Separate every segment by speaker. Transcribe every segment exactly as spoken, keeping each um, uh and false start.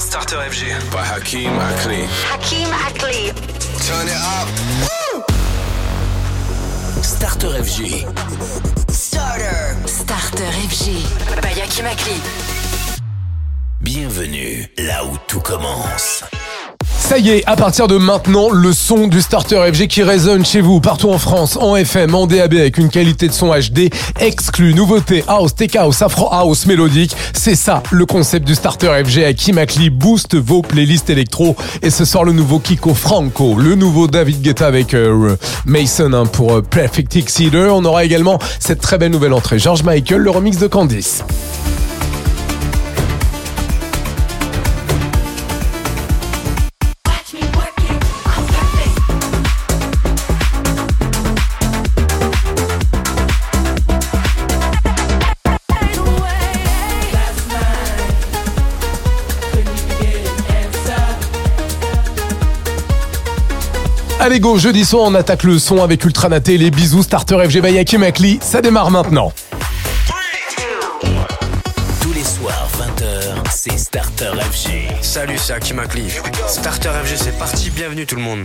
Speaker 1: Starter F G.
Speaker 2: By Hakeem Akli.
Speaker 3: Hakeem Akli.
Speaker 2: Turn it up. Woo!
Speaker 4: Starter F G.
Speaker 3: Starter.
Speaker 5: Starter F G. By Hakeem Akli.
Speaker 4: Bienvenue là où tout commence.
Speaker 6: Ça y est, à partir de maintenant, le son du Starter F G qui résonne chez vous, partout en France, en F M, en D A B, avec une qualité de son H D exclue. Nouveauté, house, tech house, afro house, mélodique. C'est ça, le concept du Starter F G. Hakeem Akli booste vos playlists électro. Et ce soir, le nouveau Kiko Franco, le nouveau David Guetta avec euh, Mason hein, pour euh, Perfect Exceeder. On aura également cette très belle nouvelle entrée, George Michael, le remix de Candice. Allez go, jeudi soir on attaque le son avec Ultra Naté, les bisous, Starter F G by Hakeem Akli, ça démarre maintenant.
Speaker 4: Tous les soirs vingt heures, c'est Starter F G.
Speaker 1: Salut, c'est Hakeem Akli. Starter F G, c'est parti, bienvenue tout le monde.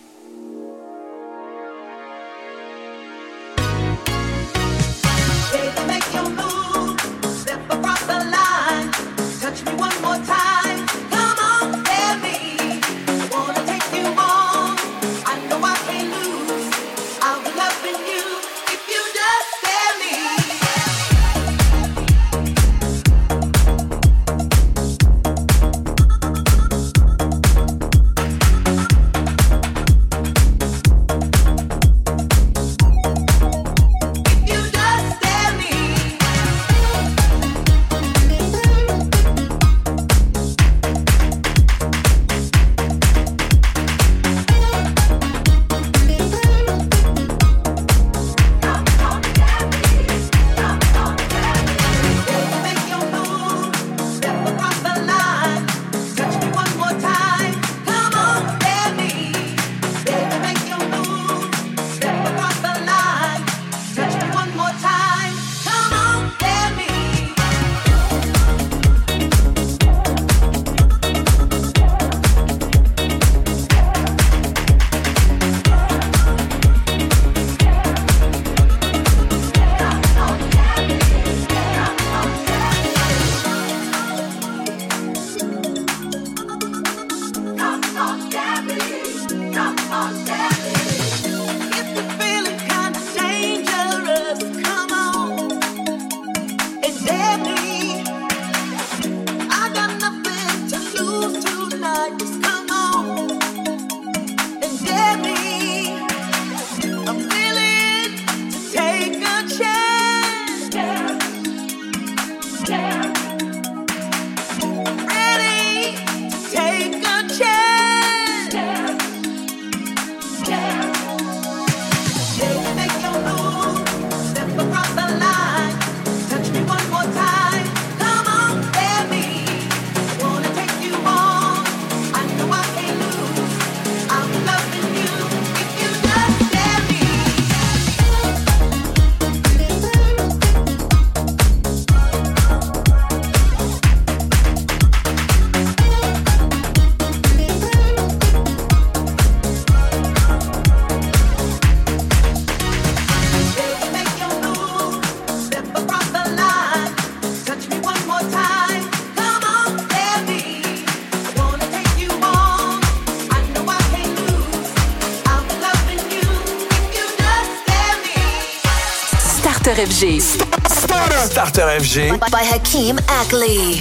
Speaker 5: Starter F G.
Speaker 4: Starter, Starter F G.
Speaker 5: By Hakeem Akli.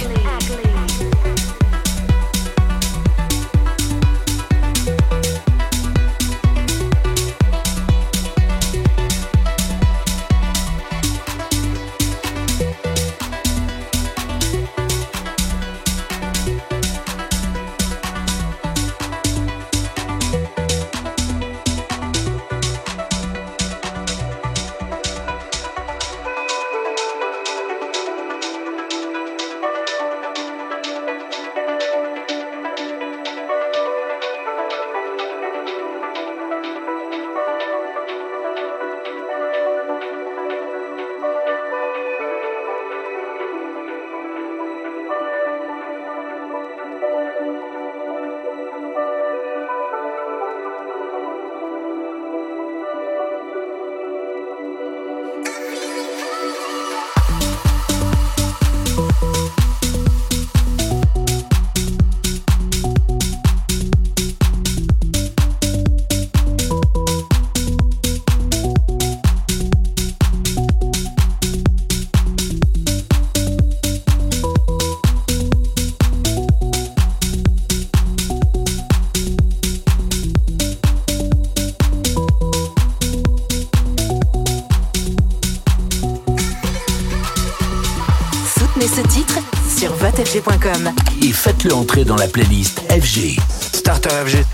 Speaker 5: vote f g point com.
Speaker 4: Et faites-le entrer dans la playlist F G.
Speaker 1: Starter F G.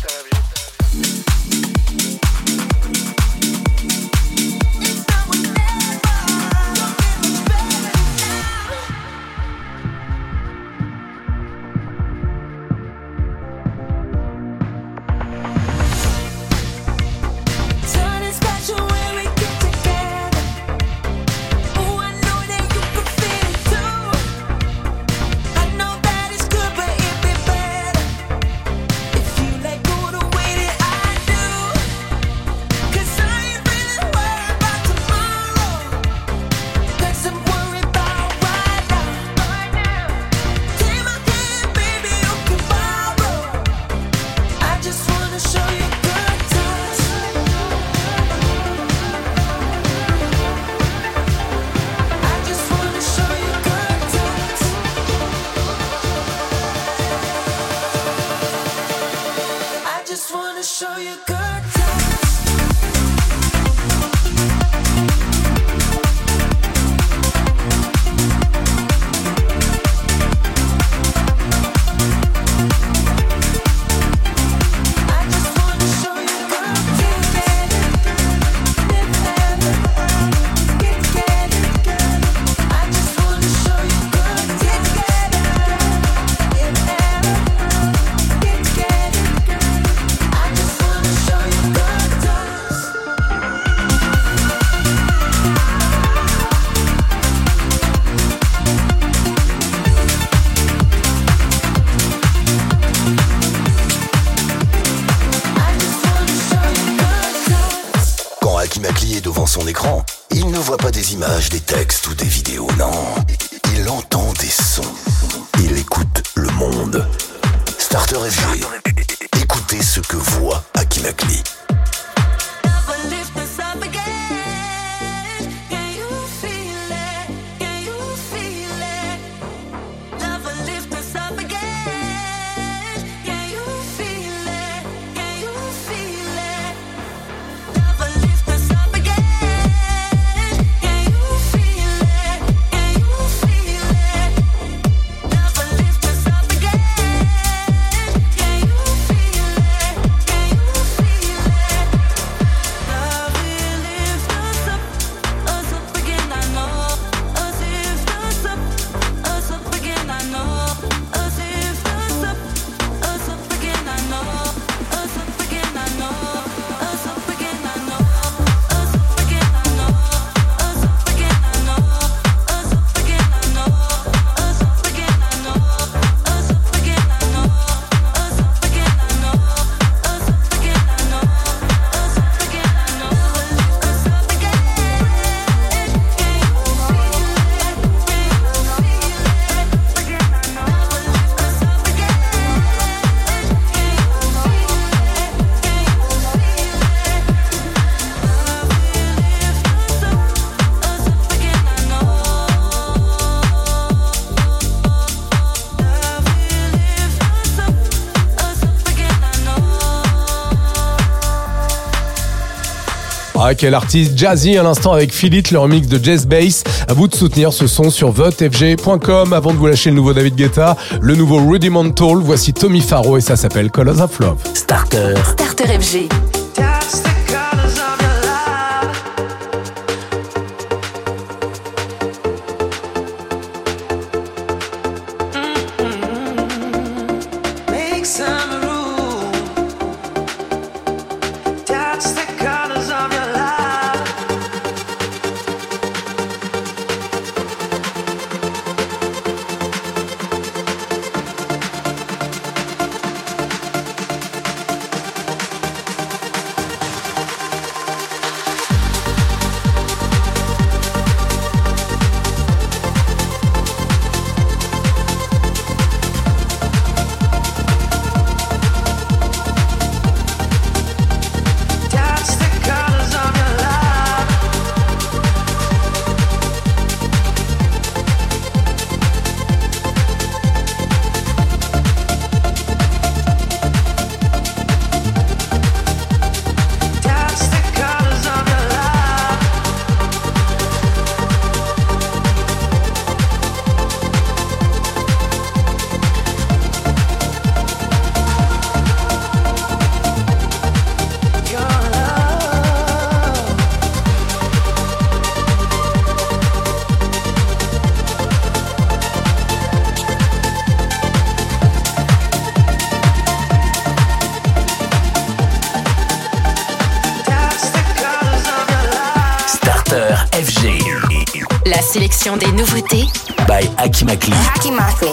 Speaker 7: Images, des textes ou des vidéos, non. Il entend des sons. Il écoute le monde. Starter F G. Écoutez ce que voit Hakim Akli.
Speaker 6: Ah, quel artiste jazzy à l'instant avec Philippe, le remix de Jazz Bass. À vous de soutenir ce son sur vote f g point com. Avant de vous lâcher le nouveau David Guetta, le nouveau Rudimental, voici Tommy Faro et ça s'appelle Colors of Love.
Speaker 4: Starter.
Speaker 5: Starter F G. sélection des nouveautés
Speaker 4: by Hakim Akli.
Speaker 3: Hakim Akli.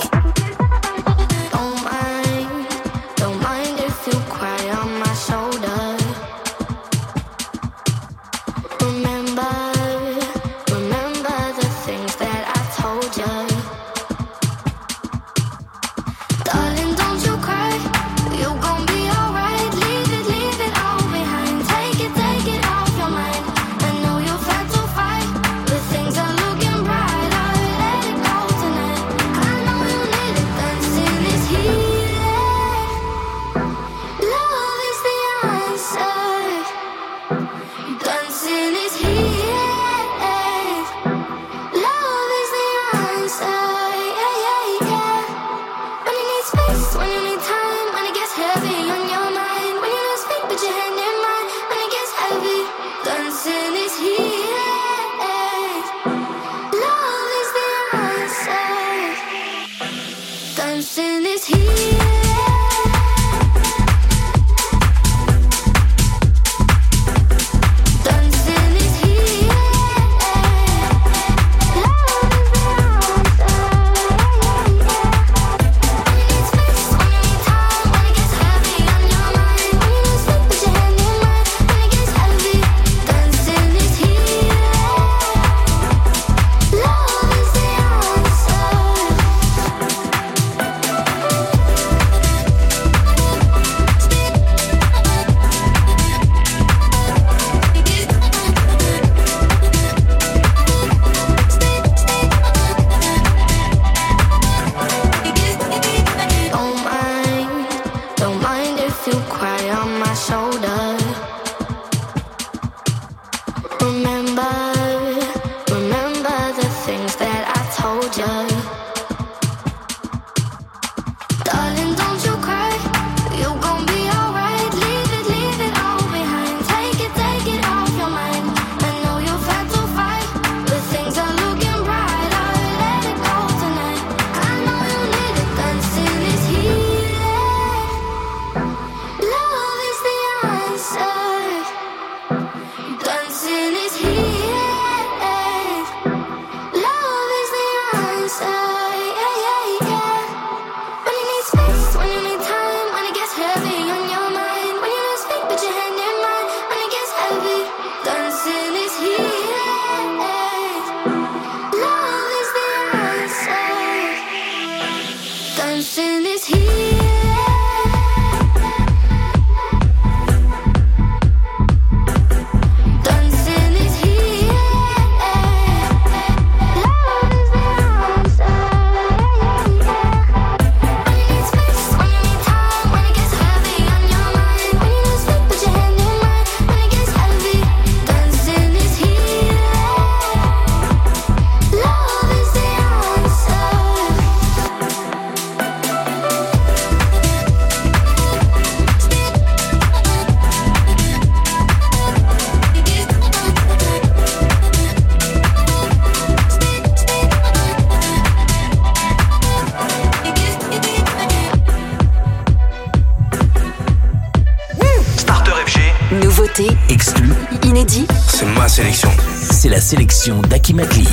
Speaker 4: Exclu.
Speaker 5: Inédit.
Speaker 1: C'est ma sélection.
Speaker 4: C'est la sélection d'Hakim Akli.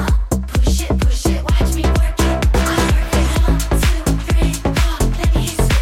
Speaker 8: Push it, push it, watch me work it. I'm perfect. One, two, three, four. Let me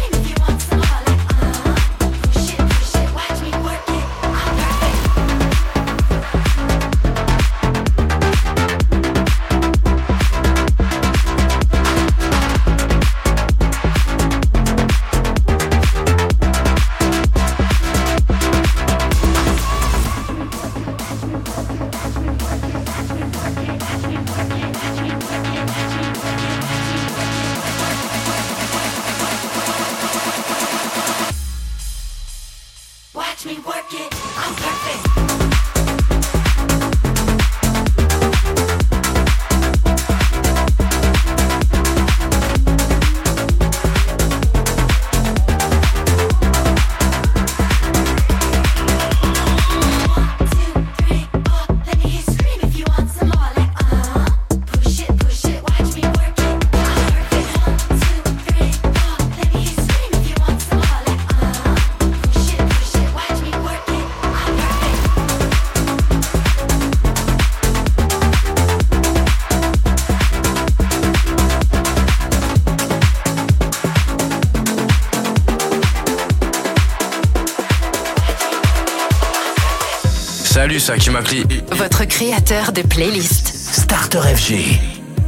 Speaker 1: Salut, c'est Hakim Akli.
Speaker 5: Votre créateur de playlist.
Speaker 4: Starter F G.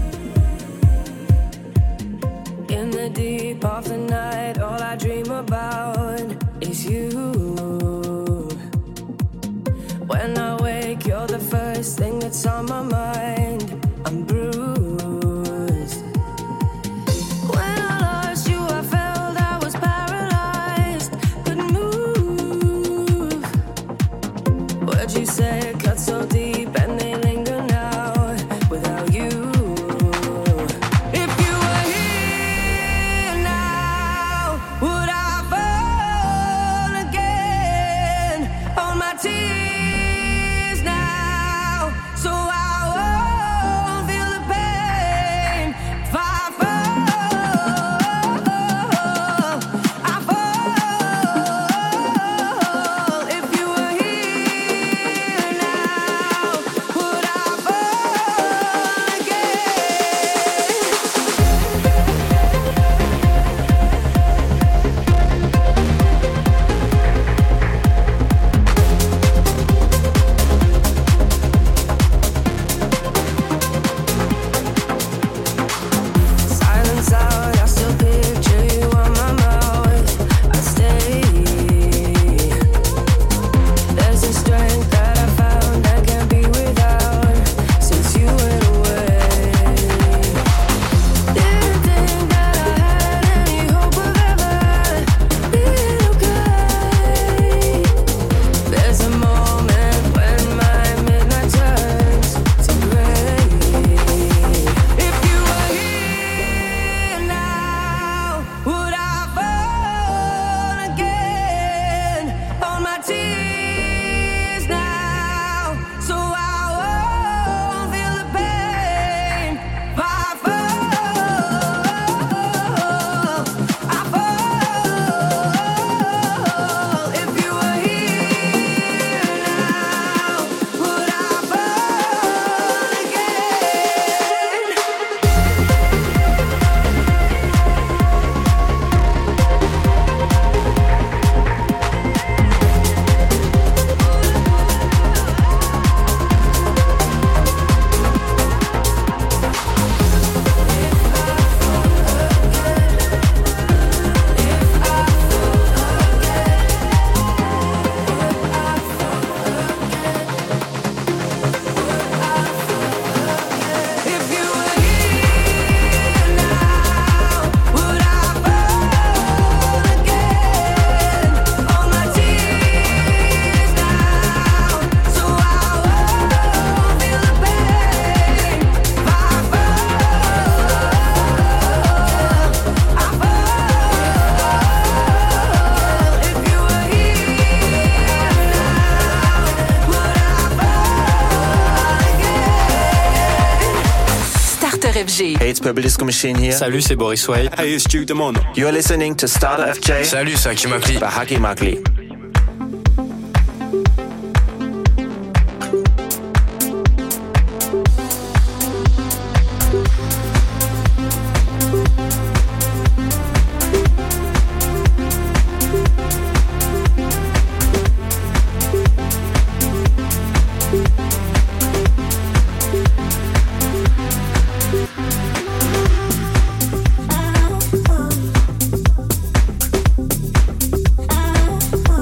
Speaker 8: In the deep of the night, all I dream about is you. When I wake, you're the first thing that's on my mind. I'm bruised. When I lost you, I felt I was paralyzed, couldn't move. Words you say cut so deep and they linger now without you. If you were here now, would I fall again on my tears now? So I won't feel the pain. If I fall, I fall. If you were here now, would I fall again? Silence out, I still picture you on my mouth. I stay. There's a strength that I found I can't be without since you went away. Didn't think that I had any hope of ever being okay. There's a moment when my midnight turns to gray. If you were here now, would I fall again on my tears now? So I won't feel the pain. If I fall, I fall. If you were here now, would I fall again? If you were here now, would I fall again on my tears now? So I won't feel the pain. If I fall, I fall. If you were here now, would I fall again?
Speaker 5: Starter F G.
Speaker 9: Hey, it's Purple Disco Machine here.
Speaker 1: Salut, c'est Boris Way.
Speaker 2: Hey, it's Duke Demono.
Speaker 9: You're listening to Starter F J
Speaker 1: Salut, c'est Hakim Akli.
Speaker 9: by Hakim Akli.
Speaker 8: I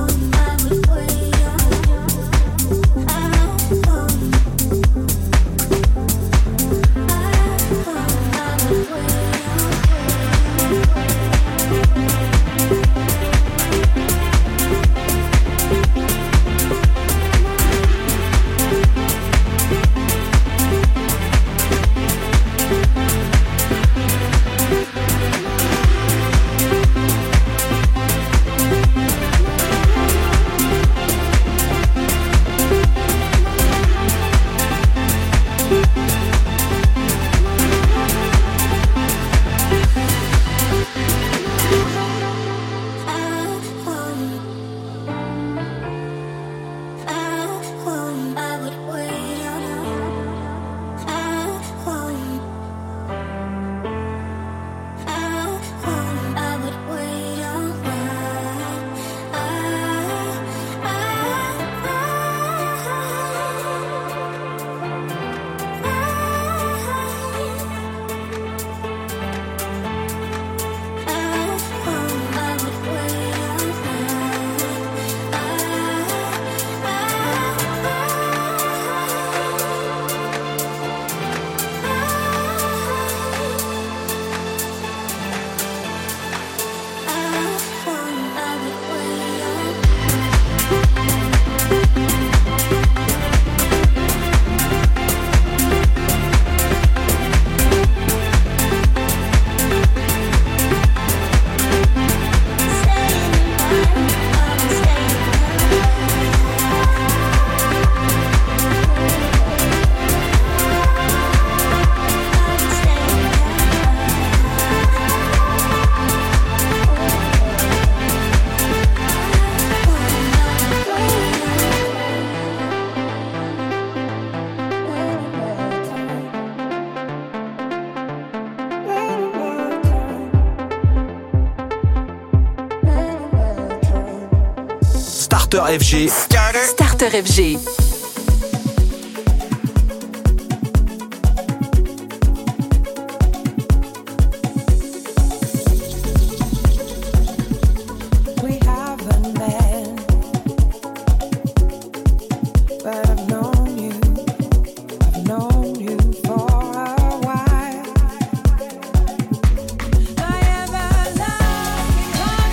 Speaker 9: Starter F G.
Speaker 3: Starter.
Speaker 5: Starter F G.
Speaker 8: We haven't met, but I've known you. I've known you for a while. My everlasting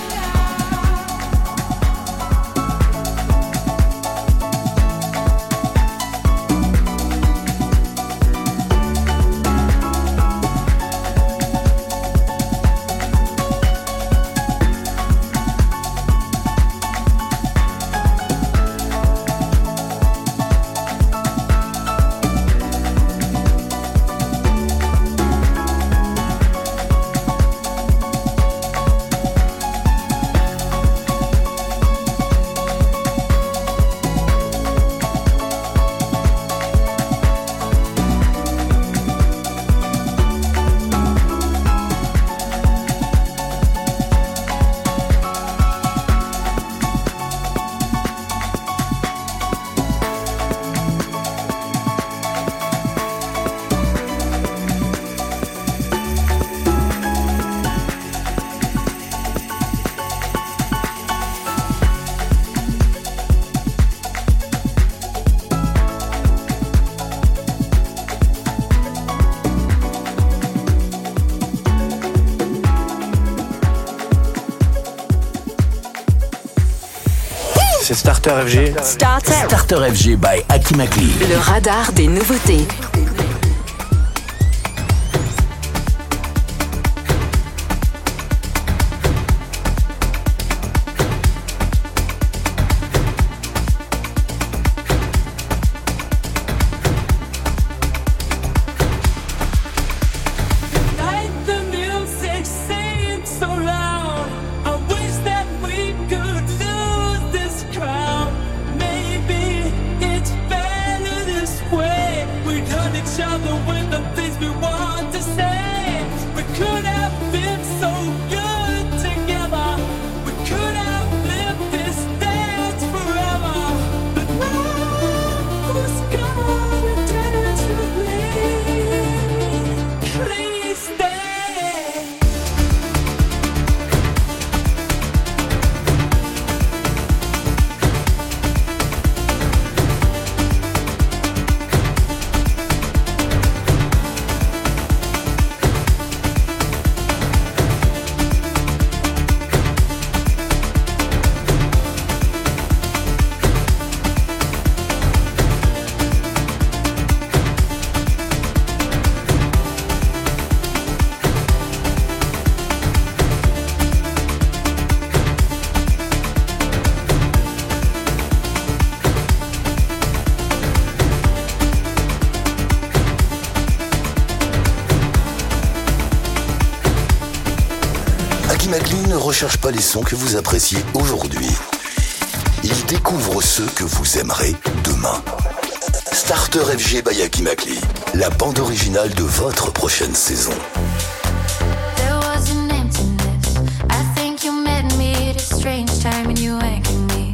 Speaker 9: C'est Starter F G.
Speaker 5: Starter.
Speaker 4: Starter F G by Hakim Akli.
Speaker 5: Le radar des nouveautés.
Speaker 7: Hakim Akli ne recherche pas les sons que vous appréciez aujourd'hui. Il découvre ceux que vous aimerez demain. Starter F G by Hakim Akli, la bande originale de votre prochaine saison.
Speaker 10: There was an emptiness. I think you met me at a strange time and you anchored me.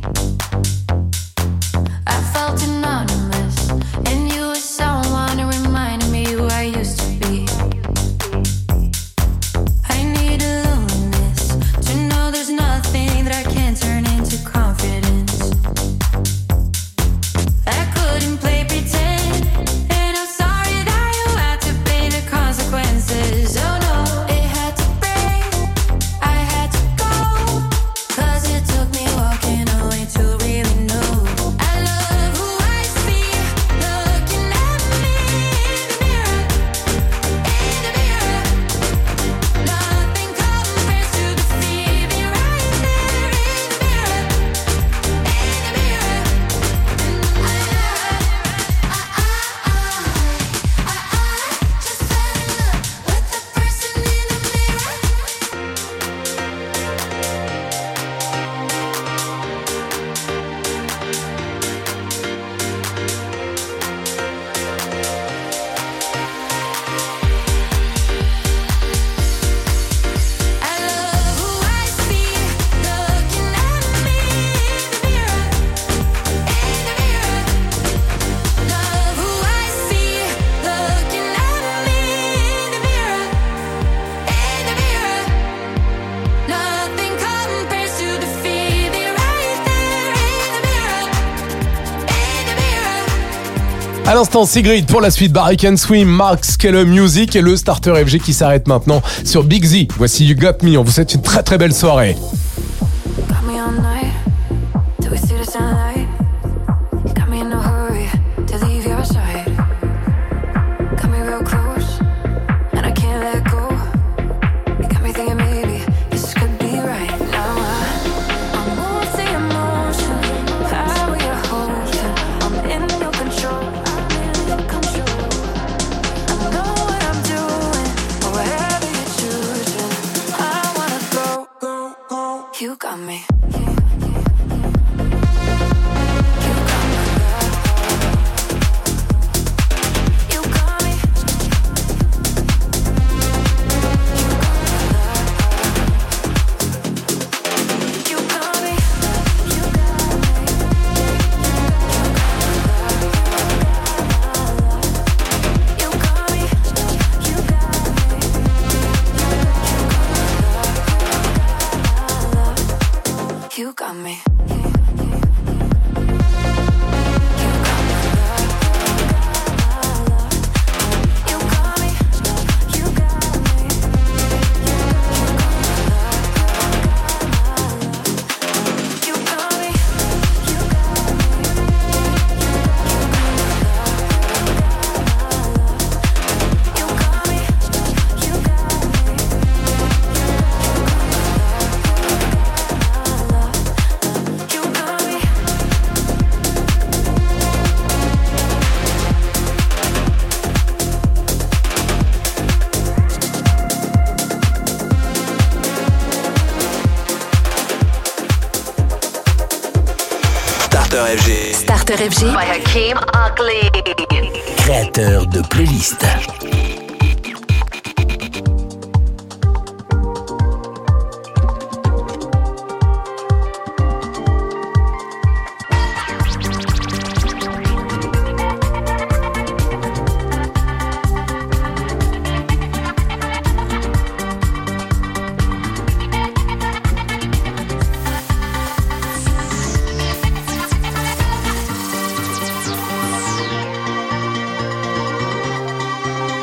Speaker 10: I felt anonymous, and you were someone who reminded me who I used to be. I need a loneliness to know there's nothing that I can't turn into confidence. I couldn't play pretend, and I'm sorry that you had to pay the consequences.
Speaker 6: À l'instant, Sigrid pour la suite, Barry Can Swim, Mark Skeller Music et le Starter F G qui s'arrête maintenant sur Big Z. Voici You Got Me, on vous souhaite une très très belle soirée.
Speaker 8: Got me all night till we see the sunlight. Got me in no hurry to leave your side. Got me real close and I can't let go. You got me thinking maybe this could be right now. I, I move the emotion, power you're holding. I'm in your control. I'm in your control. I know what I'm doing, or whatever you're choosing. I wanna go, go, go. You got me. You got me.
Speaker 4: Starter F G.
Speaker 5: Starter F G.
Speaker 3: By Hakeem Ugly.
Speaker 4: Créateur de playlist.
Speaker 10: You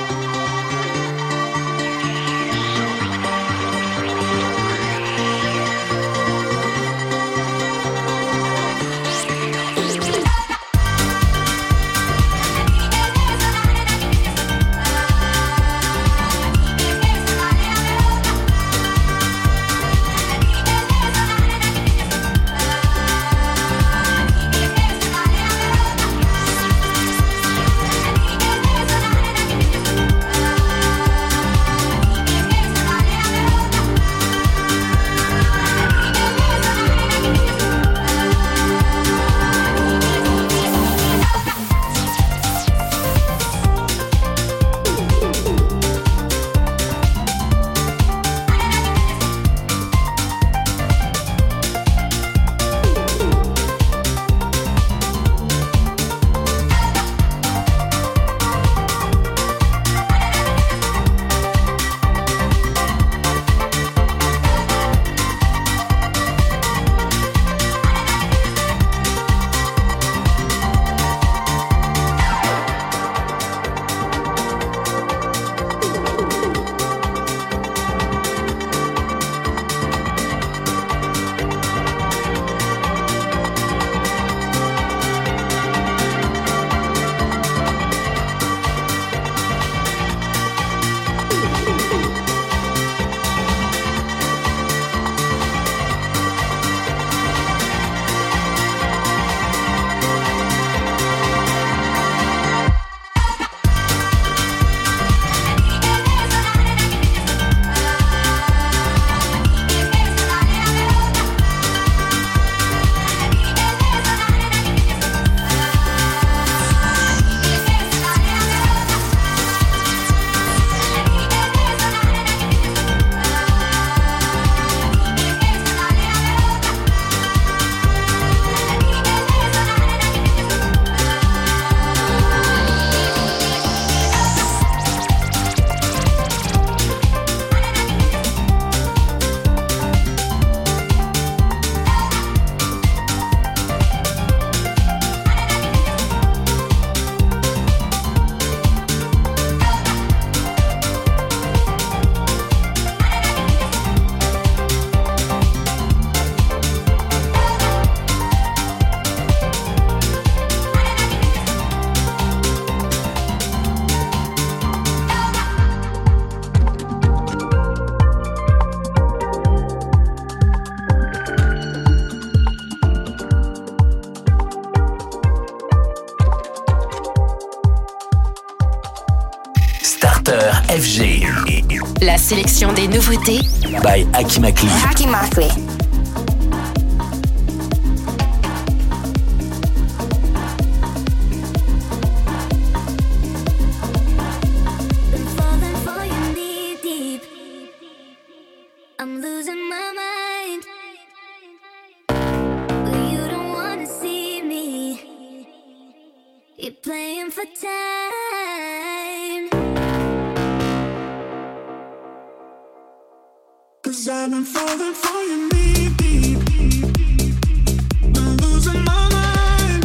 Speaker 4: F G.
Speaker 5: La sélection des nouveautés
Speaker 4: By Hakim Akli.
Speaker 3: Hakim Akli.
Speaker 10: Been falling for you knee deep. I'm losing my mind. But you don't wanna see me. You're playing for time.
Speaker 11: 'Cause I've been falling for you knee deep. Been losing my mind.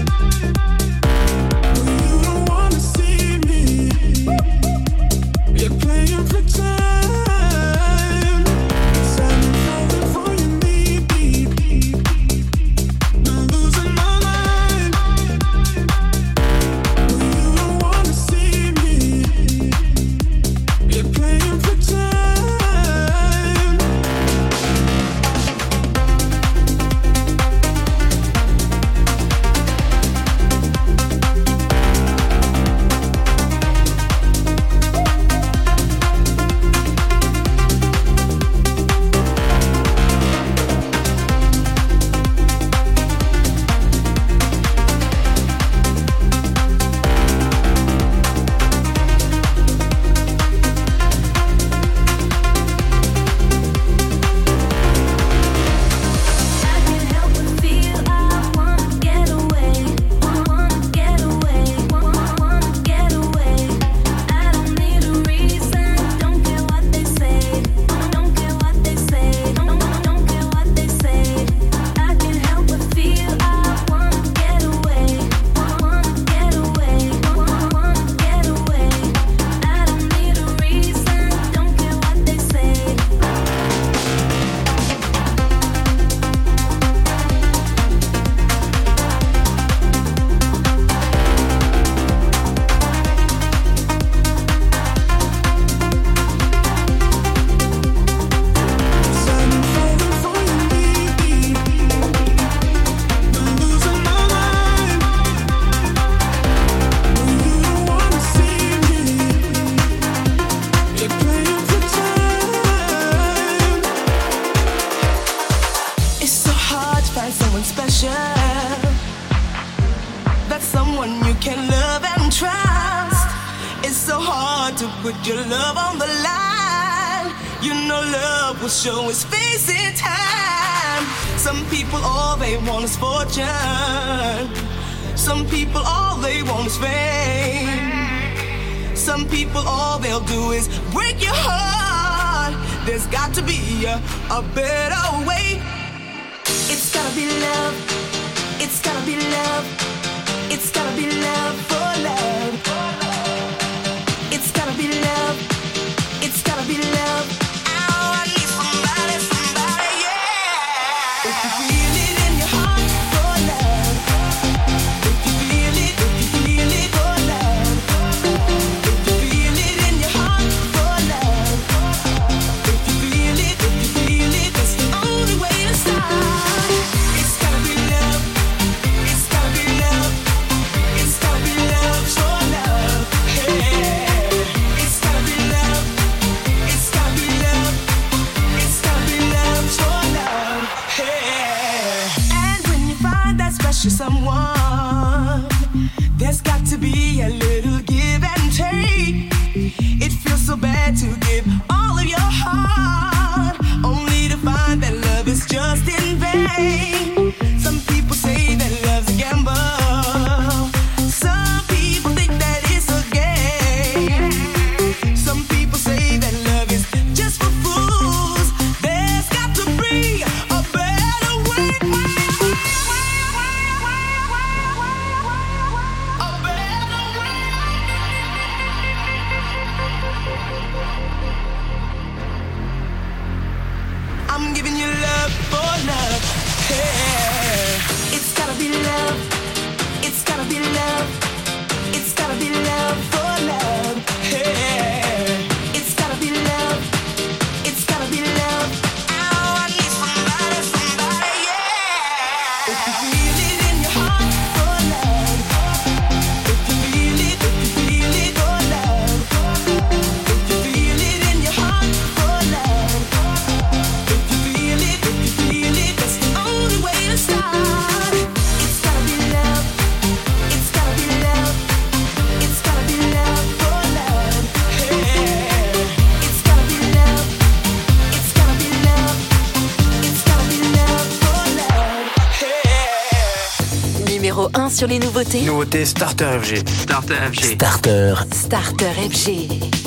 Speaker 11: But you don't wanna see me. You're playing for time. 'Cause I've been falling for you knee deep. Been losing my mind. But you don't wanna see me. You're playing for time. Show his face in time. Some people, all they want is fortune. Some people, all they want is fame. Some people, all they'll do is break your heart. There's got to be a, a better way. It's gotta be love. It's gotta be love. It's gotta be love for love. It's gotta be love. It's gotta be love. Someone, there's got to be a little give and take. It feels so bad to give all of your heart, only to find that love is just in vain. Some people say that love's a gamble. Some people think that it's a game. Some people say that love is just for fools. There's got to be a better way. I'm giving you love for love. Hey. It's gotta be love. It's gotta be love. It's gotta be love for love. Hey. It's gotta be love. It's gotta be love. Oh, I need somebody, somebody, yeah. If you feel it in your heart for love. If you feel it, if you feel it for love. If
Speaker 5: un sur les nouveautés.
Speaker 1: Nouveauté Starter F G.
Speaker 9: Starter F G.
Speaker 4: Starter.
Speaker 5: Starter F G.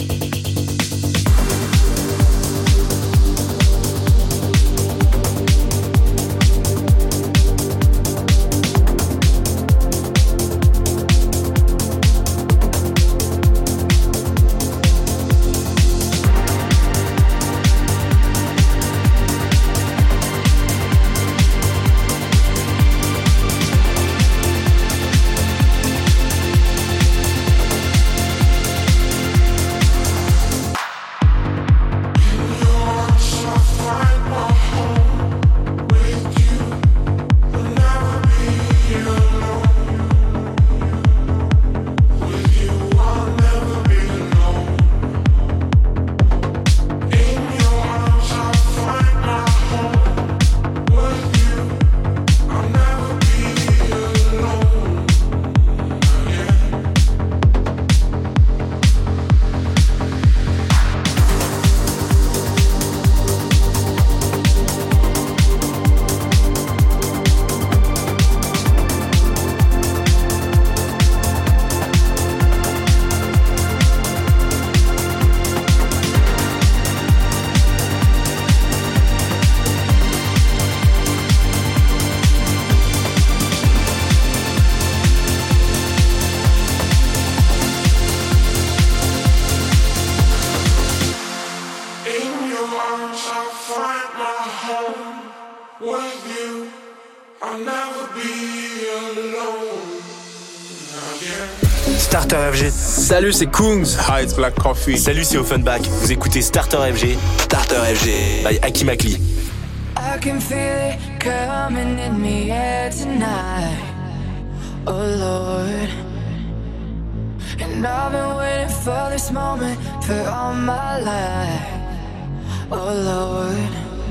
Speaker 1: Starter F G.
Speaker 9: Salut, c'est Kungs.
Speaker 12: Hi, it's Black Coffee.
Speaker 4: Salut, c'est Offenbach. Vous écoutez Starter F G. Starter F G by Hakim Akli.
Speaker 8: I can feel it coming in the air tonight, oh Lord. And I've been waiting for this moment for all my life, oh Lord.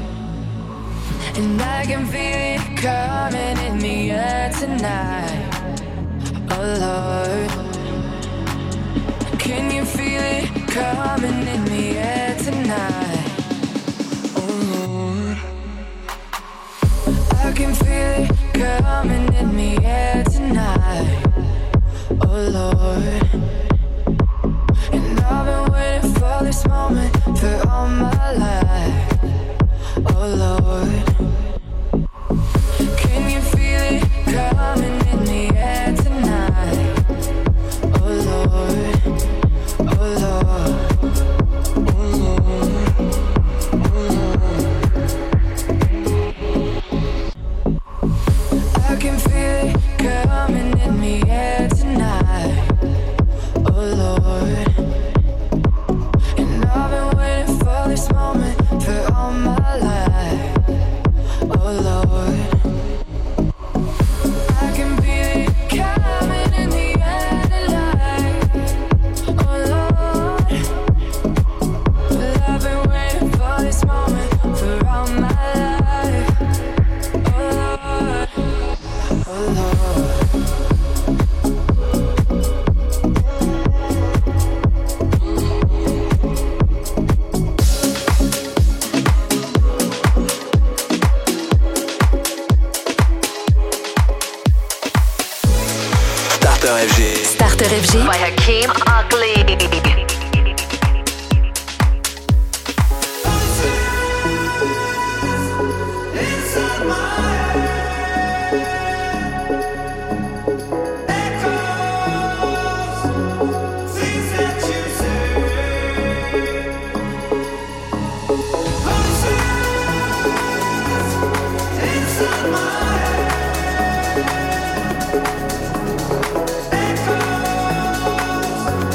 Speaker 8: And I can feel it coming in the air tonight, oh Lord. Can you feel it coming in the air tonight, oh Lord. I can feel it coming in the air tonight, oh Lord. And I've been waiting for this moment for all my life, oh Lord. Can you feel it coming in the air tonight, oh Lord, oh Lord, oh Lord, oh Lord. I can feel it coming in the air tonight, oh Lord. And I've been waiting for this moment for all my life, oh Lord. I can feel it coming in the air tonight, oh Lord. Well, I've been waiting for this moment for all my life, oh Lord, oh Lord.
Speaker 4: Starter F G.
Speaker 5: Starter F G
Speaker 3: by Hakim Akli.
Speaker 8: Echoes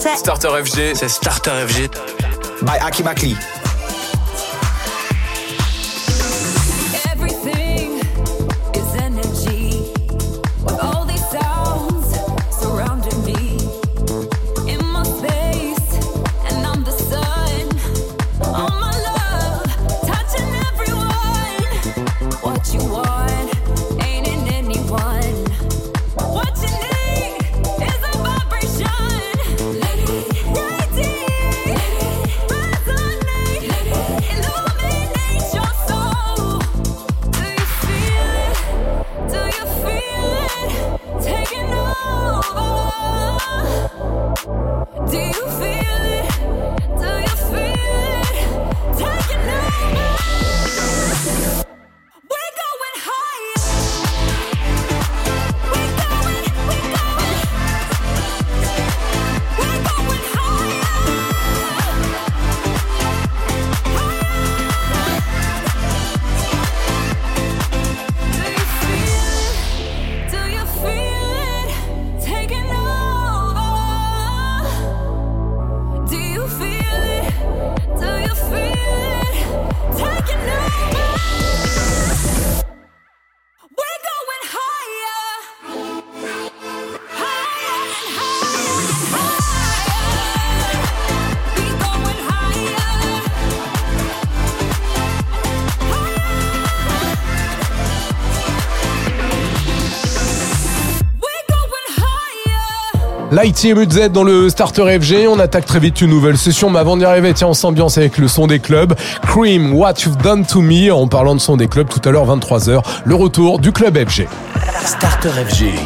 Speaker 3: nouveautés.
Speaker 1: Starter F G, c'est Starter F G.
Speaker 9: By Hakim Akli.
Speaker 8: Everything is energy. With all these sounds surrounding me. In my space, and I'm the sun. All my love, touching everyone. What you want ain't in anyone. What you need is a vibration. Let it radiate, resonate, illuminate your soul. Do you feel it? Do you feel it? Taking over. Do you feel it? Do you feel it? Taking over. We're going higher. We're going, we're going. We're going higher. Do you feel it? Taking over. Do you feel it? Do you feel it? Taking over. We're going higher. Higher and higher and higher. We're going higher. We're going higher.
Speaker 6: Lighty et Mudz dans le Starter F G. On attaque très vite une nouvelle session, mais avant d'y arriver, tiens, on s'ambiance avec le son des clubs. Cream, What You've Done To Me. En parlant de son des clubs, tout à l'heure, vingt-trois heures, le retour du club F G.
Speaker 7: Starter F G.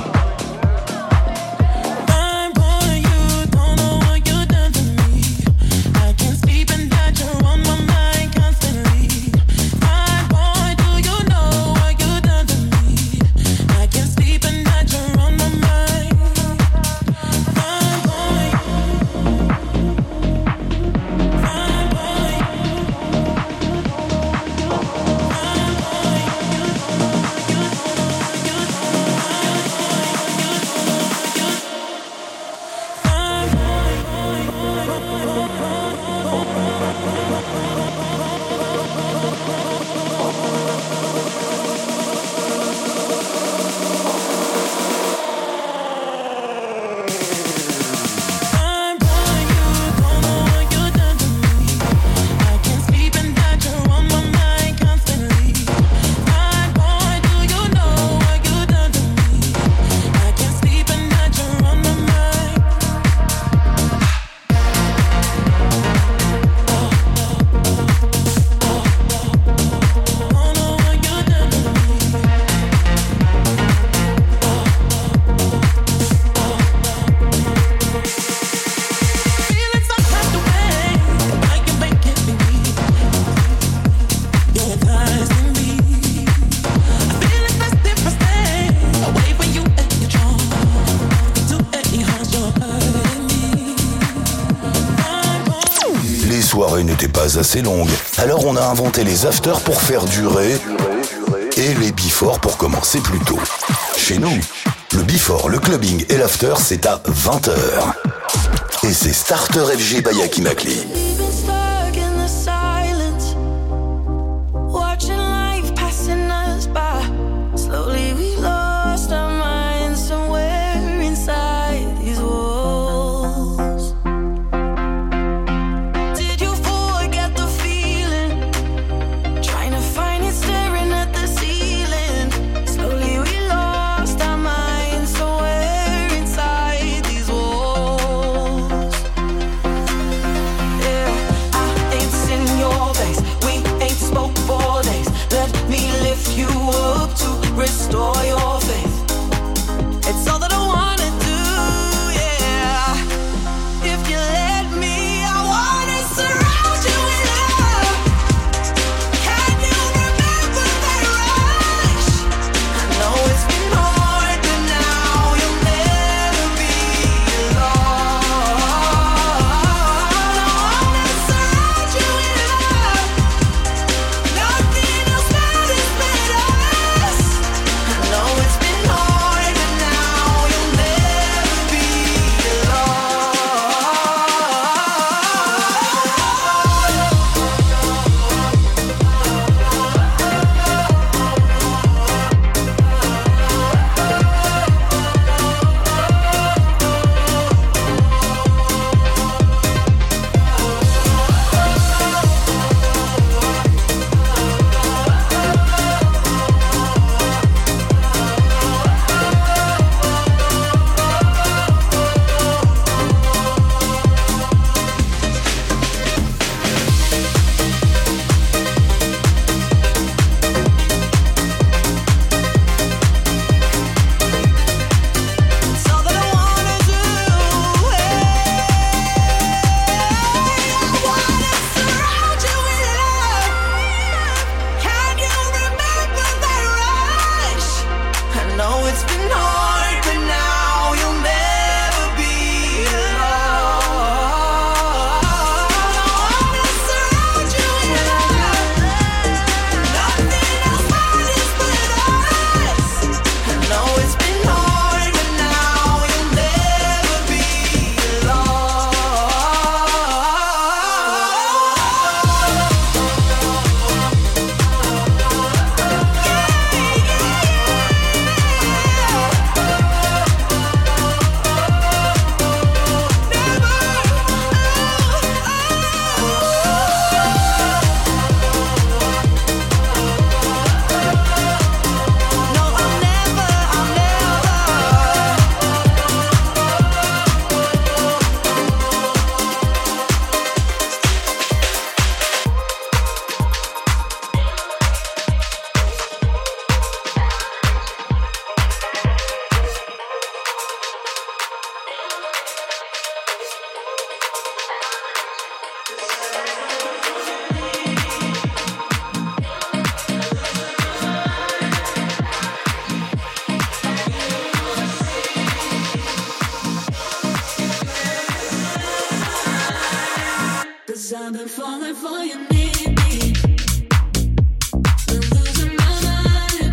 Speaker 7: N'était pas assez longue. Alors on a inventé les afters pour faire durer et les before pour commencer plus tôt. Chez nous, le before, le clubbing et l'after, c'est à vingt heures. Et c'est Starter F G by Hakim Akli.
Speaker 8: Yeah. falling for you, need me. Been losing my mind,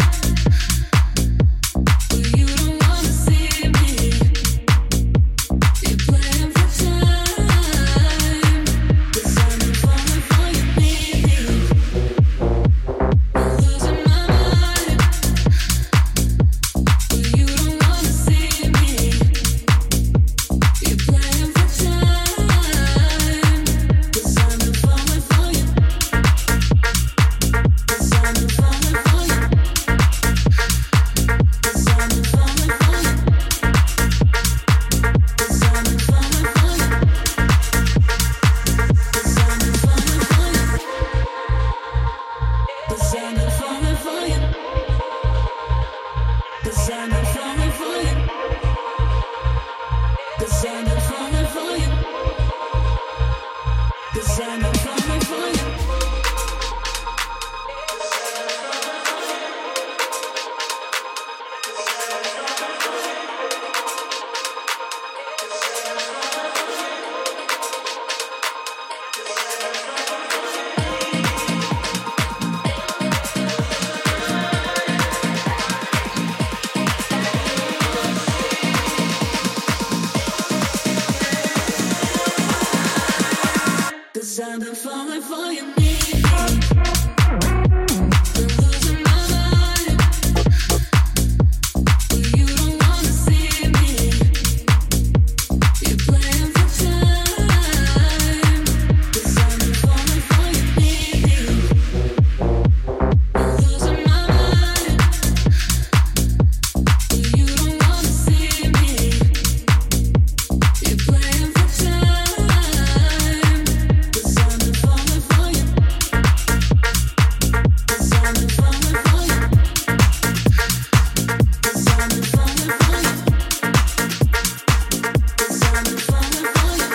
Speaker 8: but you don't wanna see me. You're playing for time, 'cause I've been falling for you, need me. Been losing my mind, but you don't wanna see me. You're playing for time, 'cause I've been falling for you. 'Cause I've been falling for you. 'Cause I've been falling for you. 'Cause I've been falling for you. 'Cause I've been falling for you. 'Cause I've been falling for you. 'Cause I've been falling for you. 'Cause I've been falling for you. 'Cause I've been falling for you. Cause I've been falling for you, need me. Been losing my mind, but you don't wanna see me. You're playing for time, 'cause I've been falling for you, need me. Been losing my mind, but you don't wanna see me. You're playing for time, 'cause I've been falling for you. 'Cause I've been falling for you. 'Cause I've been falling for you. 'Cause I've been falling for you.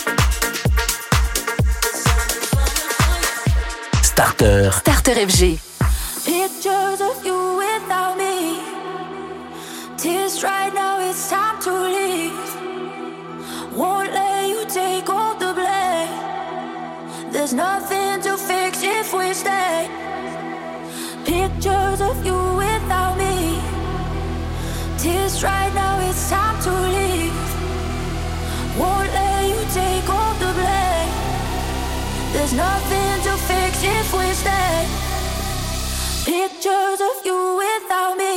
Speaker 8: 'Cause I've been falling for you.
Speaker 5: Starter. Starter F G.
Speaker 8: Pictures of you without me. Tears right now, it's time to leave. Won't let you take all the blame. There's nothing to fix if we stay. Pictures of you without me. Tears right now, it's time to leave. Won't let you take all the blame. There's nothing to fix if we stay. Pictures of you without me.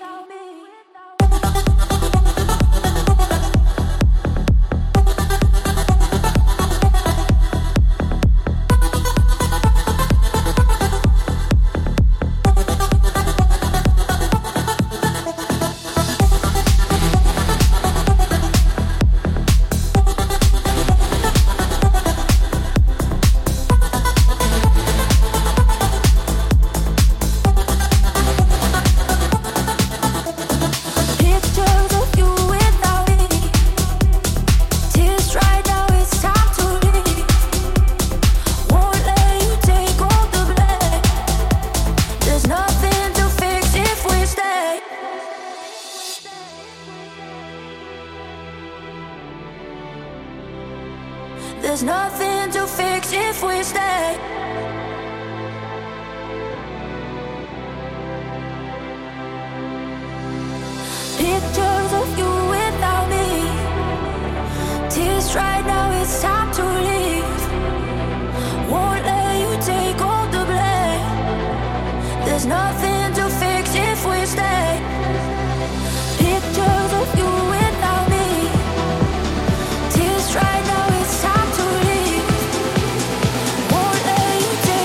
Speaker 8: Pictures of you without me. Tears right now, it's time to leave. Won't let you take all the blame. There's nothing to fix if we stay. There's nothing to fix if we stay. Pictures of you without me. Tears right now, it's time to leave. Won't let you take all the blame. There's nothing to fix if we stay. Pictures of you without me. Tears right now, it's time to leave. Won't let you take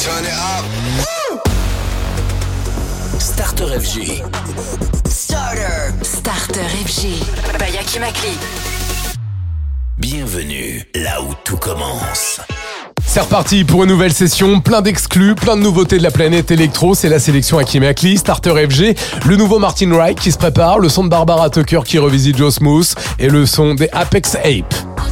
Speaker 2: Turn it up. Woo!
Speaker 7: Starter F G.
Speaker 5: Starter. Starter F G. By Hakim Akli.
Speaker 7: Bienvenue là où tout commence.
Speaker 6: C'est reparti pour une nouvelle session, plein d'exclus, plein de nouveautés de la planète électro. C'est la sélection Hakim Akli, Starter F G, le nouveau Martin Wright qui se prépare, le son de Barbara Tucker qui revisite Joe Smooth et le son des Apex Ape.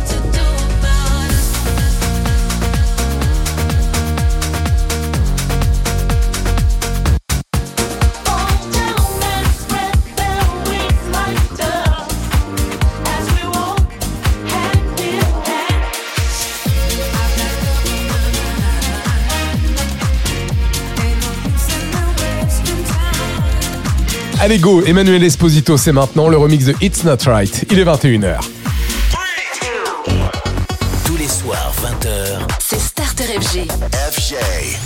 Speaker 6: Allez go, Emmanuel Esposito, c'est maintenant le remix de It's Not Right. Il est vingt et une heures.
Speaker 7: Tous les soirs, vingt heures.
Speaker 5: C'est Starter F G.
Speaker 7: F G.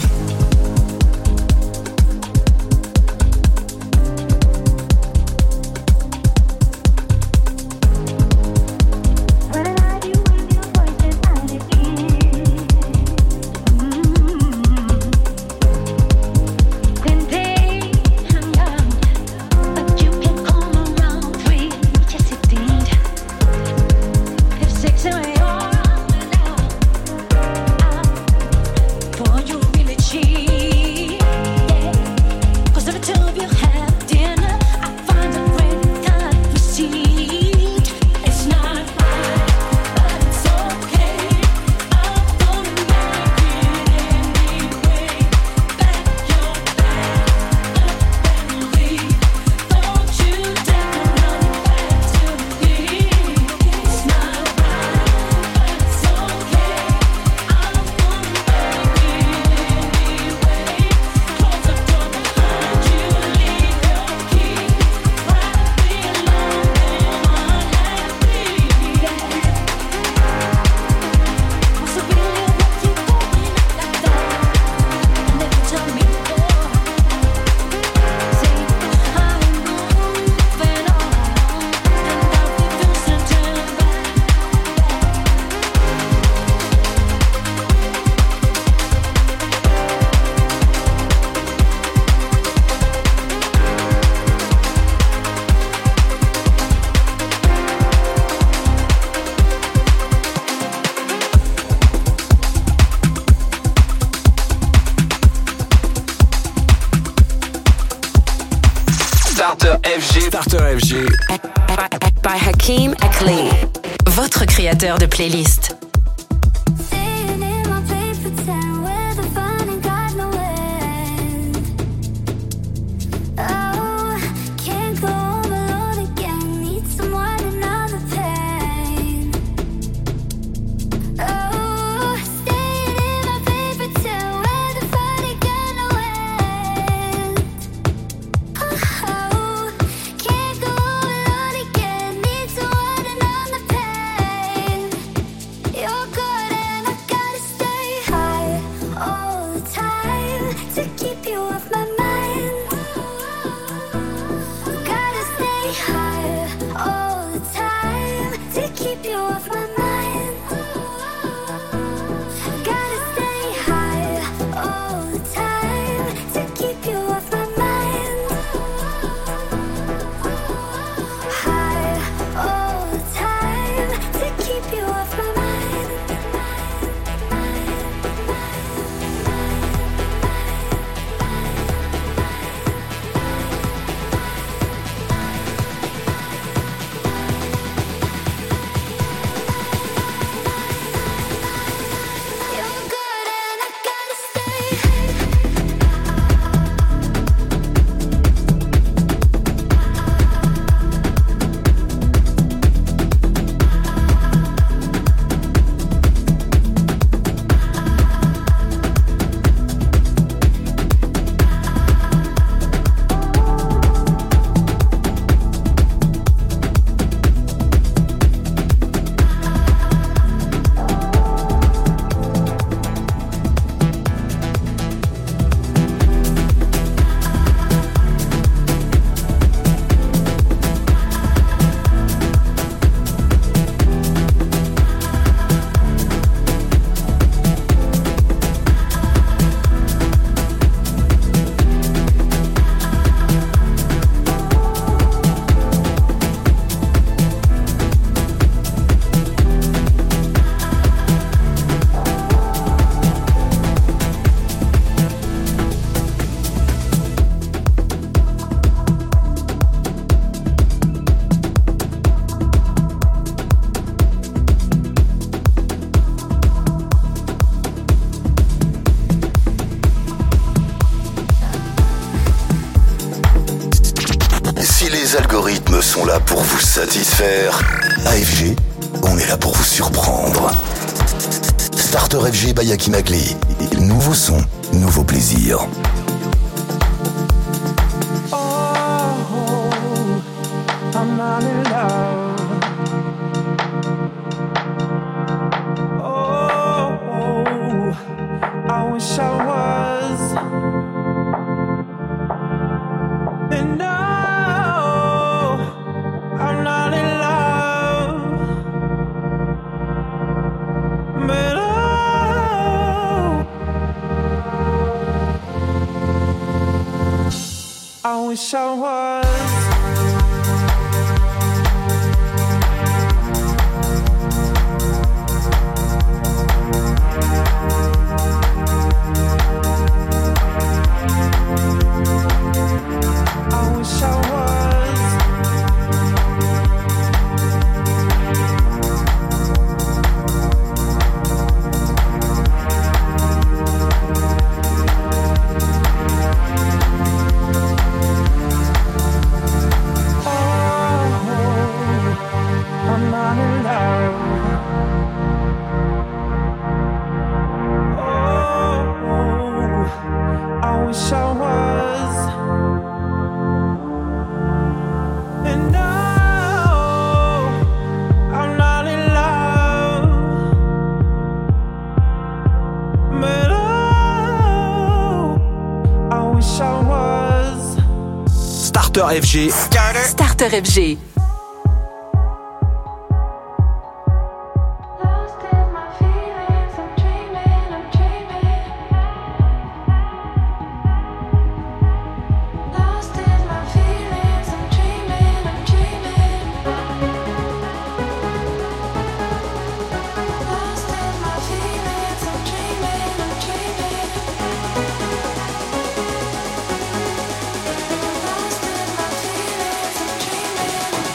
Speaker 4: Starter F G.
Speaker 5: By Hakim Akli. Votre créateur de playlist.
Speaker 7: les algorithmes sont là pour vous satisfaire. A F G, on est là pour vous surprendre. Starter F G by Akimakli. Nouveau son, nouveau plaisir.
Speaker 11: I'm not in love. Oh, oh, I wish I was. And no, I'm not in love. But oh, I wish I was.
Speaker 4: Starter F G.
Speaker 5: Starter. Starter F G.
Speaker 8: Lost in my feelings, I'm dreaming.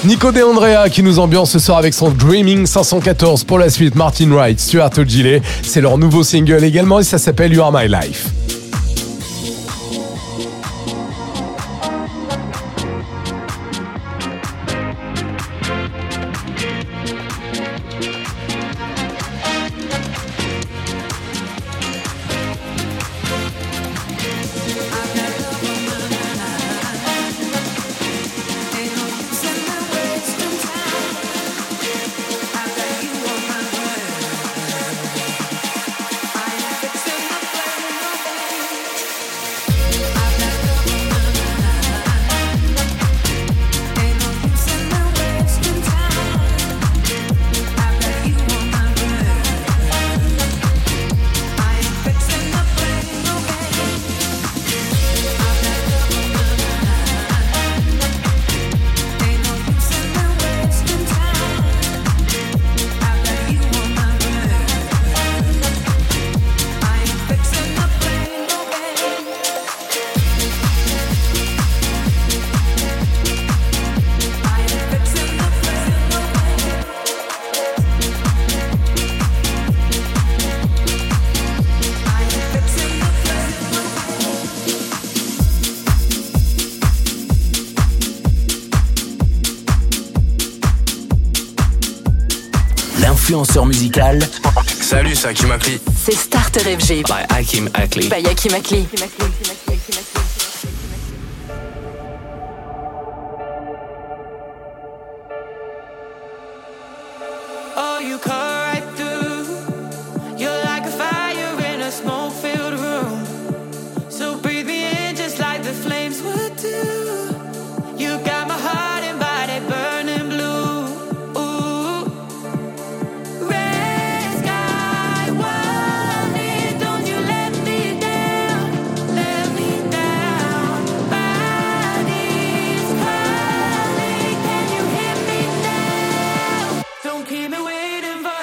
Speaker 6: Nico De Andrea qui nous ambiance ce soir avec son Dreaming cinq cent quatorze. Pour la suite, Martin Wright, Stuart Ojile. C'est leur nouveau single également et ça s'appelle You Are My Life.
Speaker 4: Influenceur musical.
Speaker 1: Salut, c'est Hakim Akli.
Speaker 5: C'est Starter F G.
Speaker 4: By Hakim Akli.
Speaker 5: By Hakim Akli.
Speaker 11: Oh, you cut right through. You're like a fire in a smoke-filled room. So breathe me in just like the flames would do. You got my heart and body burning blue. Ooh. Red sky, warning, don't you let me down, let me down. Body's calling, can you hear me now? Don't keep me waiting for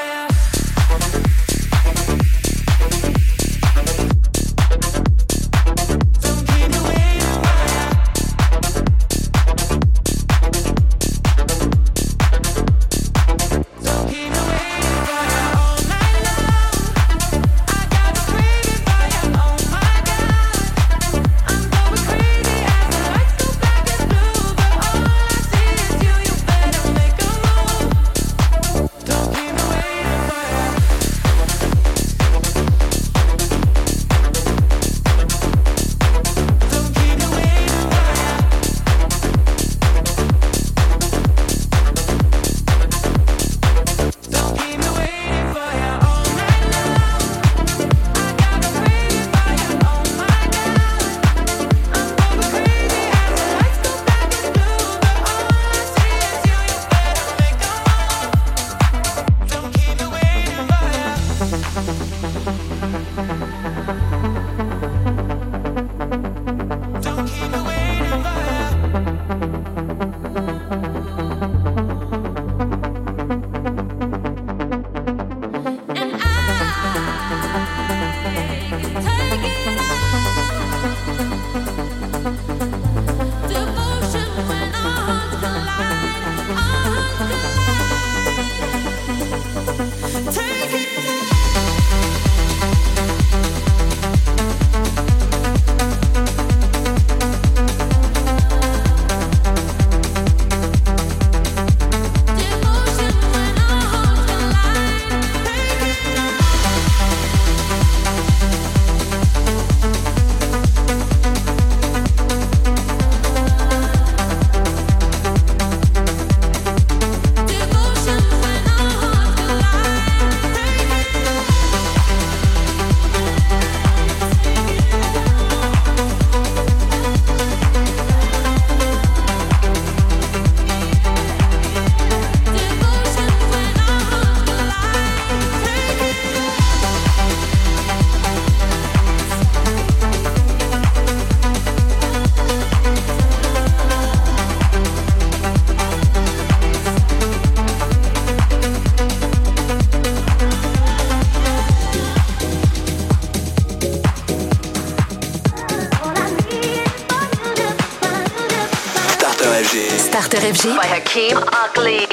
Speaker 5: F G
Speaker 3: by Hakeem Ugly.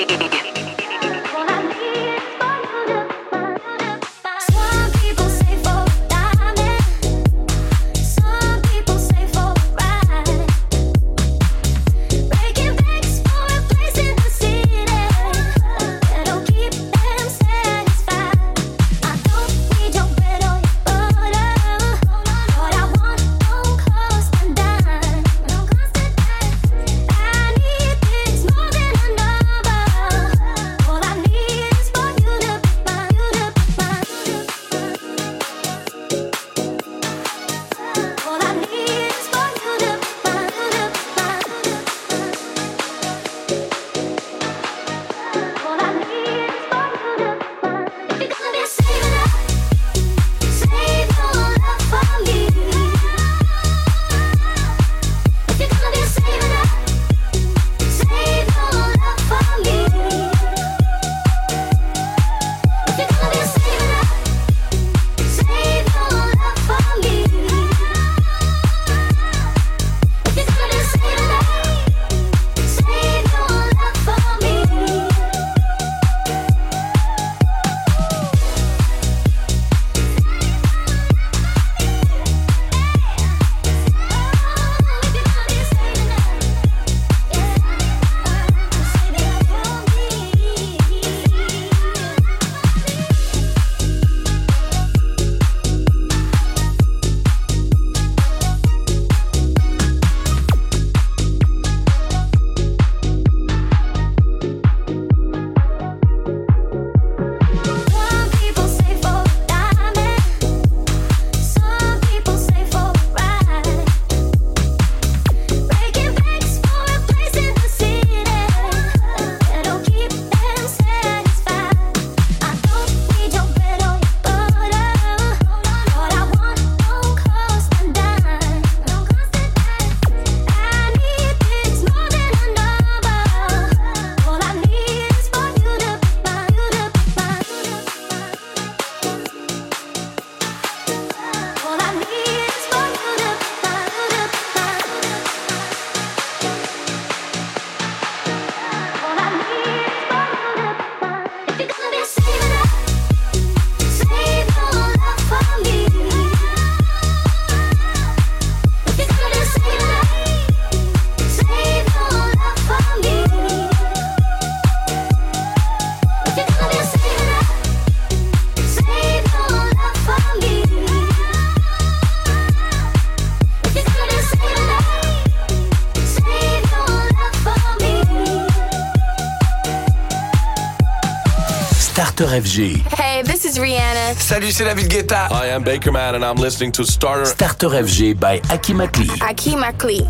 Speaker 7: Starter F G.
Speaker 12: Hey, this is Rihanna.
Speaker 2: Salut, c'est David Guetta.
Speaker 4: I am Baker Man and I'm listening to Starter.
Speaker 7: Starter F G by Hakeem Ugly.
Speaker 12: Hakeem Ugly.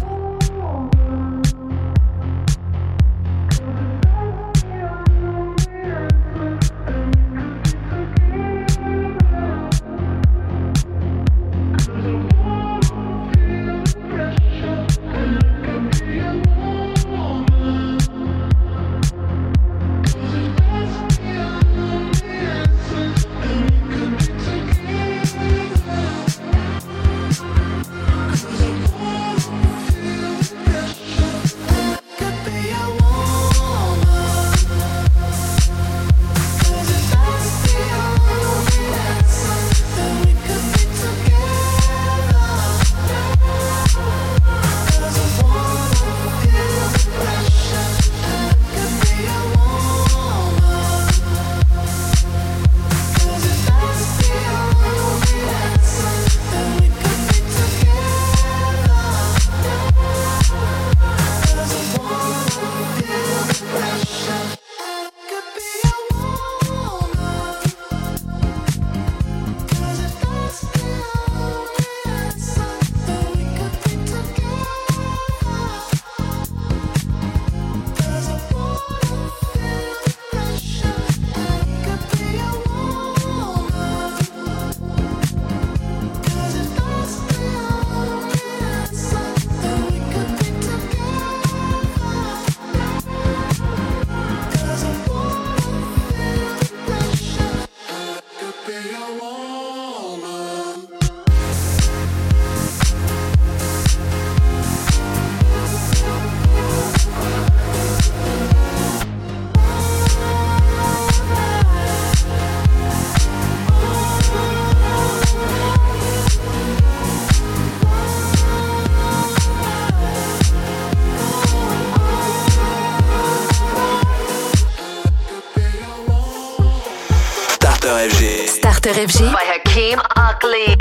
Speaker 4: F G.
Speaker 5: Starter F G.
Speaker 3: By Hakeem Ugly.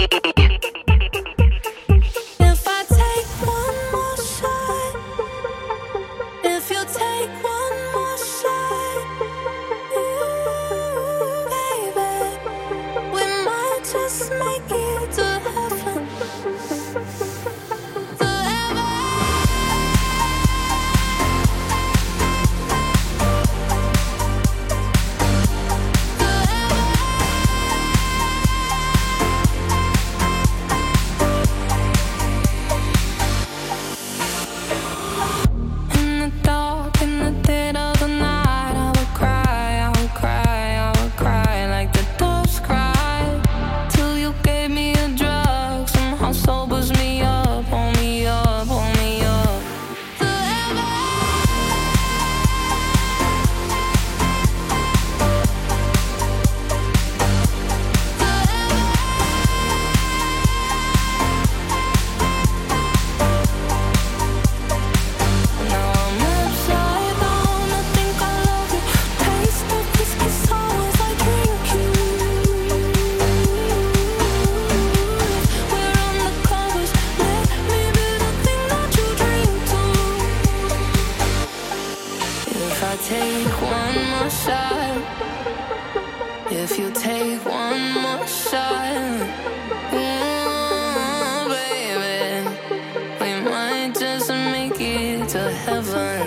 Speaker 10: If I take one more shot, if you take one more shot, ooh, baby, we might just make it to heaven. If you take one more shot, ooh, baby, we might just make it to heaven.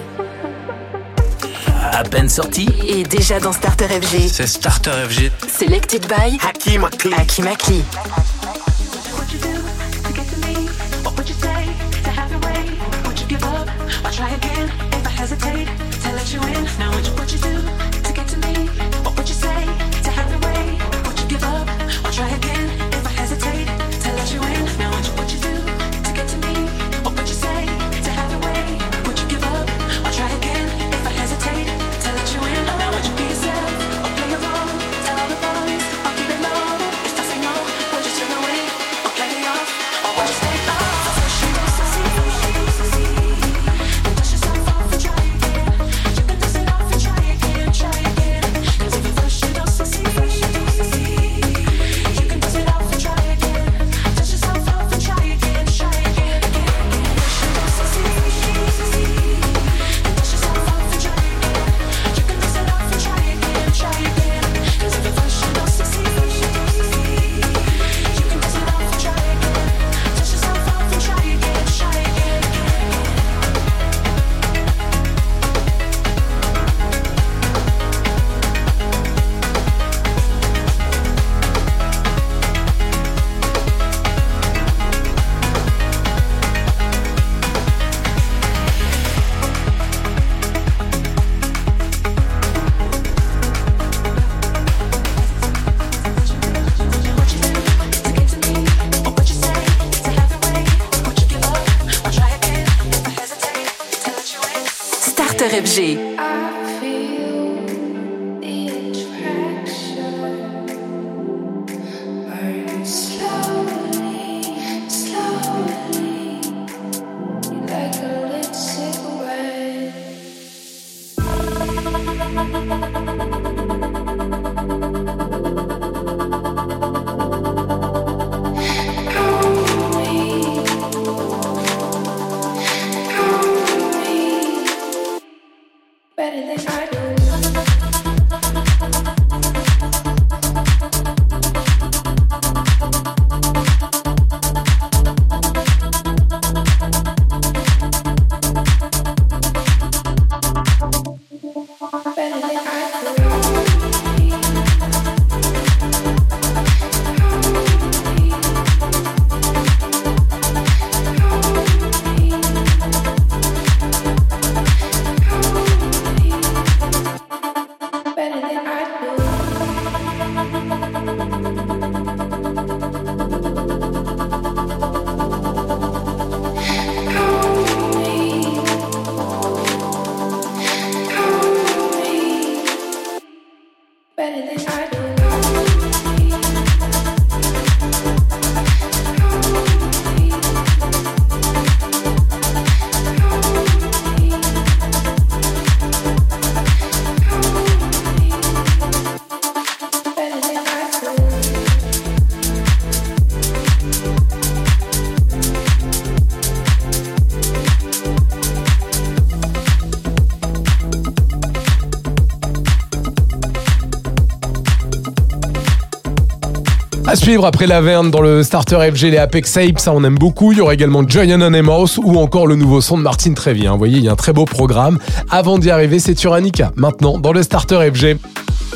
Speaker 4: À peine sorti
Speaker 5: Et déjà dans Starter F G.
Speaker 1: C'est Starter F G.
Speaker 5: Selected by
Speaker 4: Hakeem Ugly.
Speaker 5: Hakeem Ugly.
Speaker 8: What you do to get to me? What would you say to have your way? Would you give up or try again? If I hesitate to let you in, now what you, what you do to get to me? What would you say to have your way? Would you give up or try again? If I hesitate to let you in, now what you, what you do to get to me? What would you say to have your way? Would you give up or try again? If I hesitate to let you in, now would you be yourself or play your role? Tell all the boys or keep it low. If I say no, would you turn away or play me off? Or would you stay off? So she will succeed, she will succeed. And dust yourself off and try again. You can dust it off and try again, try again. Cause if you first you don't succeed, you don't succeed. You can dust it off and try again. Dust yourself off and try again, try again, again, again. She will succeed, she will succeed. And dust yourself off and try again. You can dust it off and try again, try again. Cause if you first you don't succeed, you don't succeed. You can dust it off and try again. Dust yourself off and try again, try again, again, again.
Speaker 5: Starter F G.
Speaker 10: I feel the attraction burn slowly, slowly, like a lit cigarette. Better than I do. Better than I do. Better than I better than I do. Better than I
Speaker 6: À suivre après Laverne dans le Starter F G, les Apex Apes, ça on aime beaucoup. Il y aura également Joy Anonymous ou encore le nouveau son de Martine Trévi. Vous voyez, il y a un très beau programme. Avant d'y arriver, c'est Turanica. Maintenant, dans le Starter F G.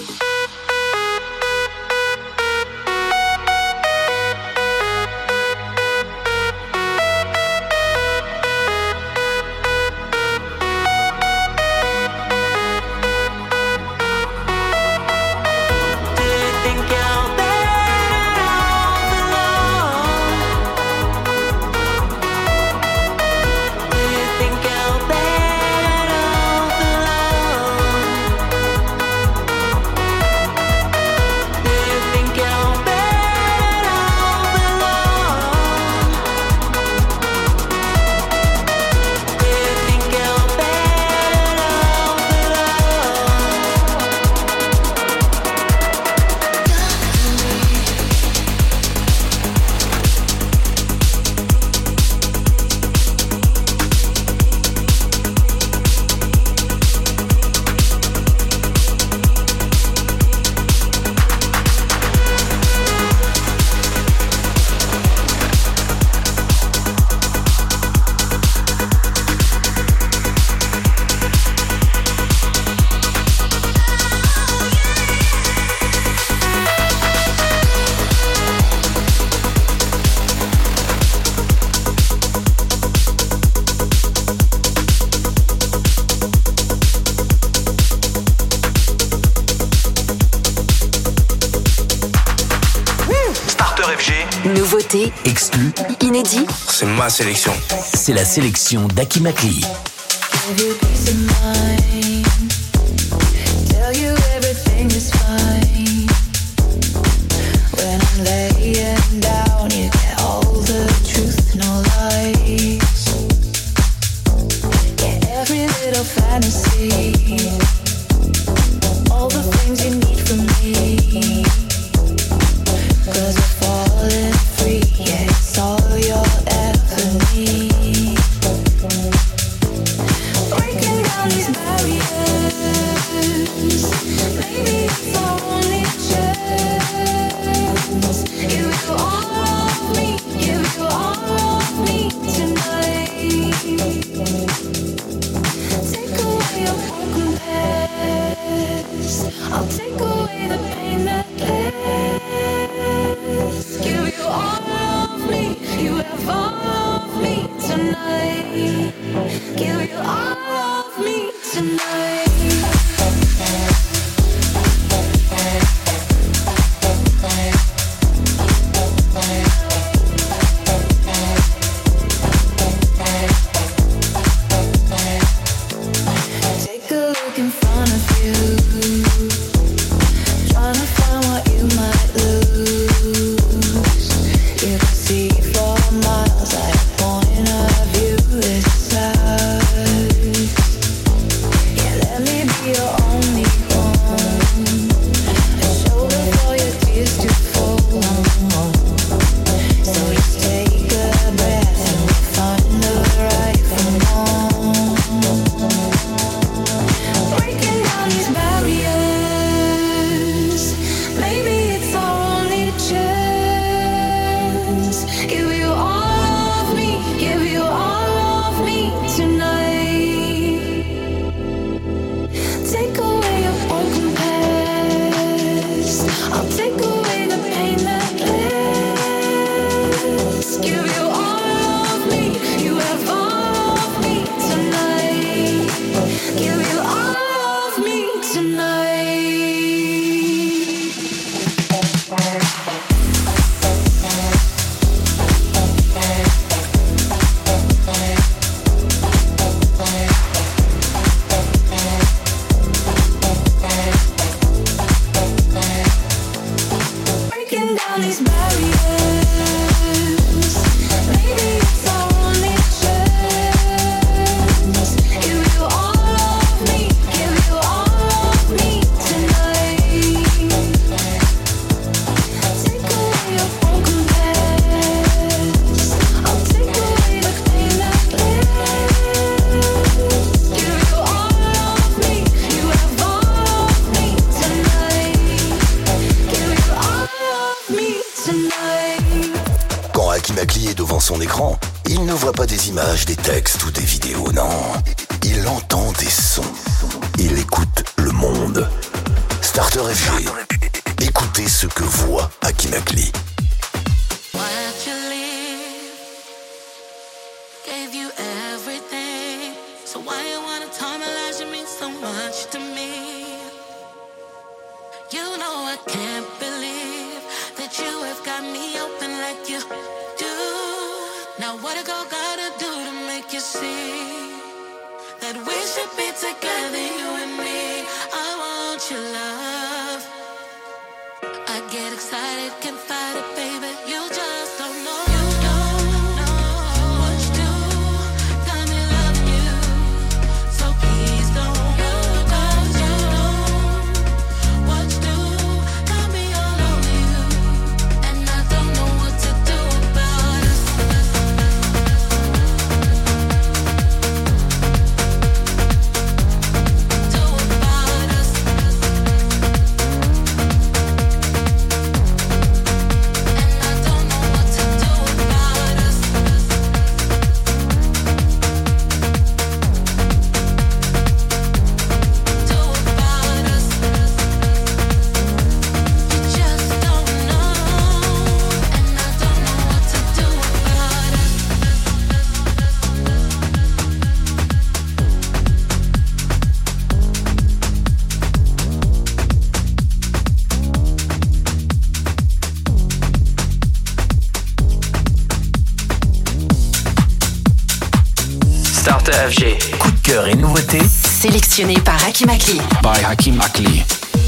Speaker 5: Nouveauté,
Speaker 7: exclu,
Speaker 5: inédit.
Speaker 1: C'est ma sélection.
Speaker 7: C'est la sélection d'Aki Makli.
Speaker 8: Tell you everything is fine. When I'm laying down, you get all the truth, no lies. Get every little fantasy. All the things you need from me. Cause we're falling free, yeah, it's all you'll ever need. Breaking down these barriers, maybe it's our only chance. Give you all of me, give you all of me tonight. Take away your broken past, I'll take away the pain that lasts. Give you all of me, you have all of me tonight. Give you all of me tonight. Take a look in front of you.
Speaker 7: Makli est devant son écran, il ne voit pas des images, des textes ou des vidéos, non. Il entend des sons. Il écoute le monde. Starter F G. Écoutez ce que voit Hakim Akli.
Speaker 10: Why'd you leave? Gave you everything. So why you wanna totalize? You mean so much to me. You know I can't believe that you have got me open like you do. Now what a girl gotta do to make you see that we should be together, you and me. I want your love. I get excited, can't fight it, baby. You just don't know. You don't know what you do. Got me loving you. So please don't go, 'cause you know what you do. Got me all over you. And I don't know what to do about us. Do about us.
Speaker 1: Starter F G.
Speaker 4: Coup de cœur et nouveautés.
Speaker 5: Sélectionné par Hakim Akli.
Speaker 4: By Hakim Akli.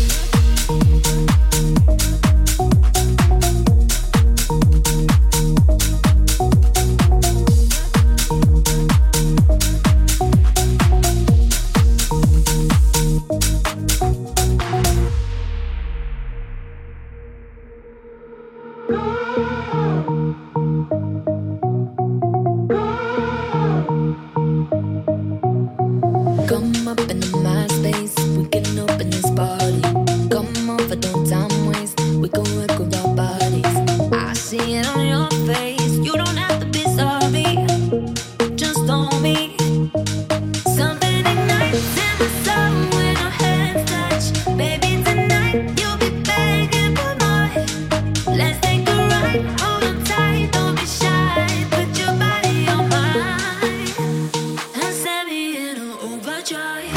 Speaker 8: Come up in the MySpace, we can open this party. Come over, don't time waste, we can work with our bodies. I see it on your face, you don't have to be sorry. Just on me. Something ignites in my soul when our hands touch. Baby, tonight you'll be begging for more. Let's take a ride, hold on tight, don't be shy. Put your body on mine and set me in an overdrive.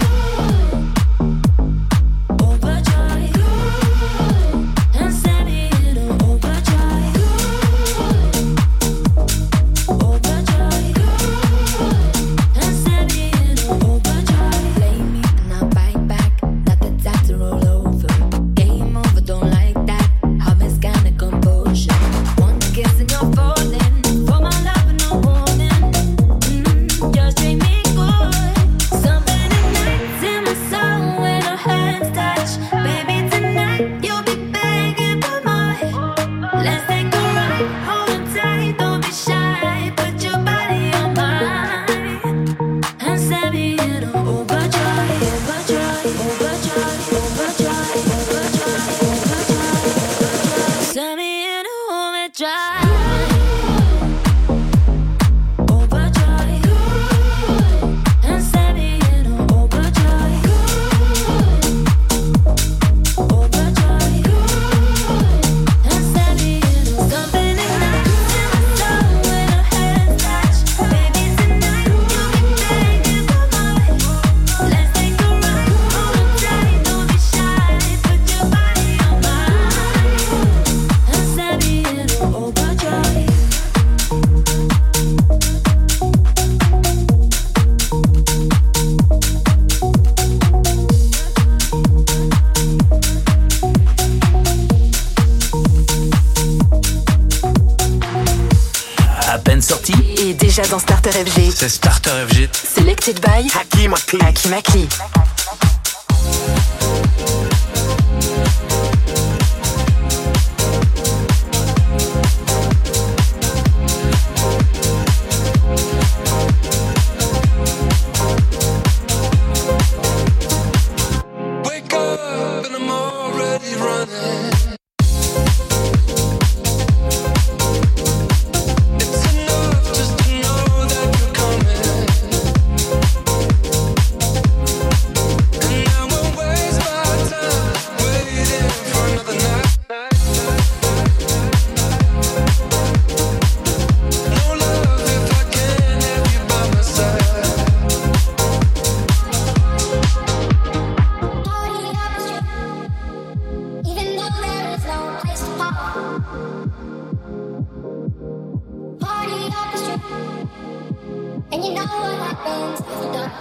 Speaker 8: Overdrive. And set me in an overdrive. Overdrive. And set me in an overdrive. Play me and I'll bite back. Not the time to roll over. Game over, don't like that. Heart is kinda composure. One kiss and you're falling. For my love and no warning. Mm, just treat me good. Something ignites in my soul when our hands touch. Baby, tonight you'll be begging for more. Let's take a ride, hold on tight, don't be shy. Put your body on mine and set me in an overdrive, overdrive, overdrive, overdrive, overdrive, overdrive. Set me in an overdrive. Overdrive. And set me in an overdrive. Overdrive. And set me in a something ignites in my soul when our hands touch. Baby, tonight you'll be begging for more. Let's take a ride, hold on tight, don't be shy. Put your body on mine and set me in an overdrive.
Speaker 4: À peine sorti.
Speaker 5: Et déjà dans Starter F G.
Speaker 1: C'est Starter F G.
Speaker 5: Selected by
Speaker 4: Hakim Akli.
Speaker 5: Hakim Akli.
Speaker 2: Wake up and I'm already running.
Speaker 13: Party up the street, and you know what happens after dark.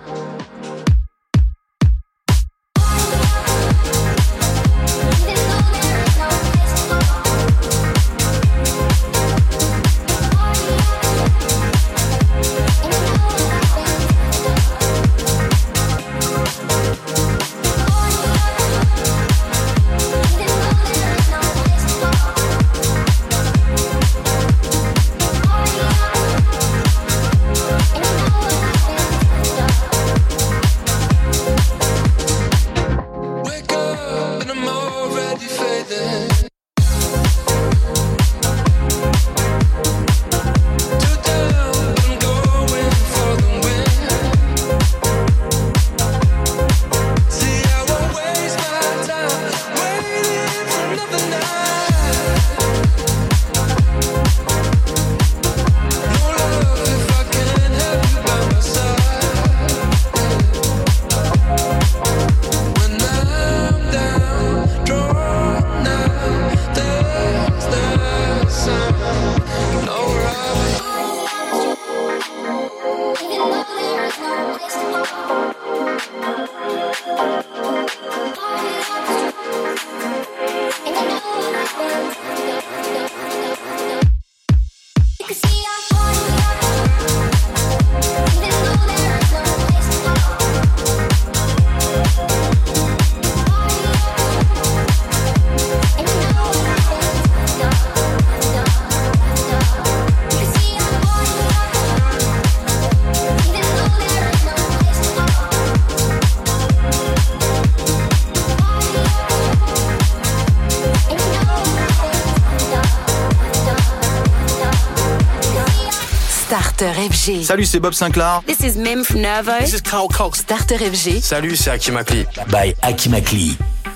Speaker 5: Starter F G.
Speaker 14: Salut, c'est Bob Sinclair.
Speaker 12: This is Mim from Nervo.
Speaker 1: This is Carl Cox.
Speaker 5: Starter F G.
Speaker 1: Salut, c'est Hakim Akli.
Speaker 7: By Hakim Akli.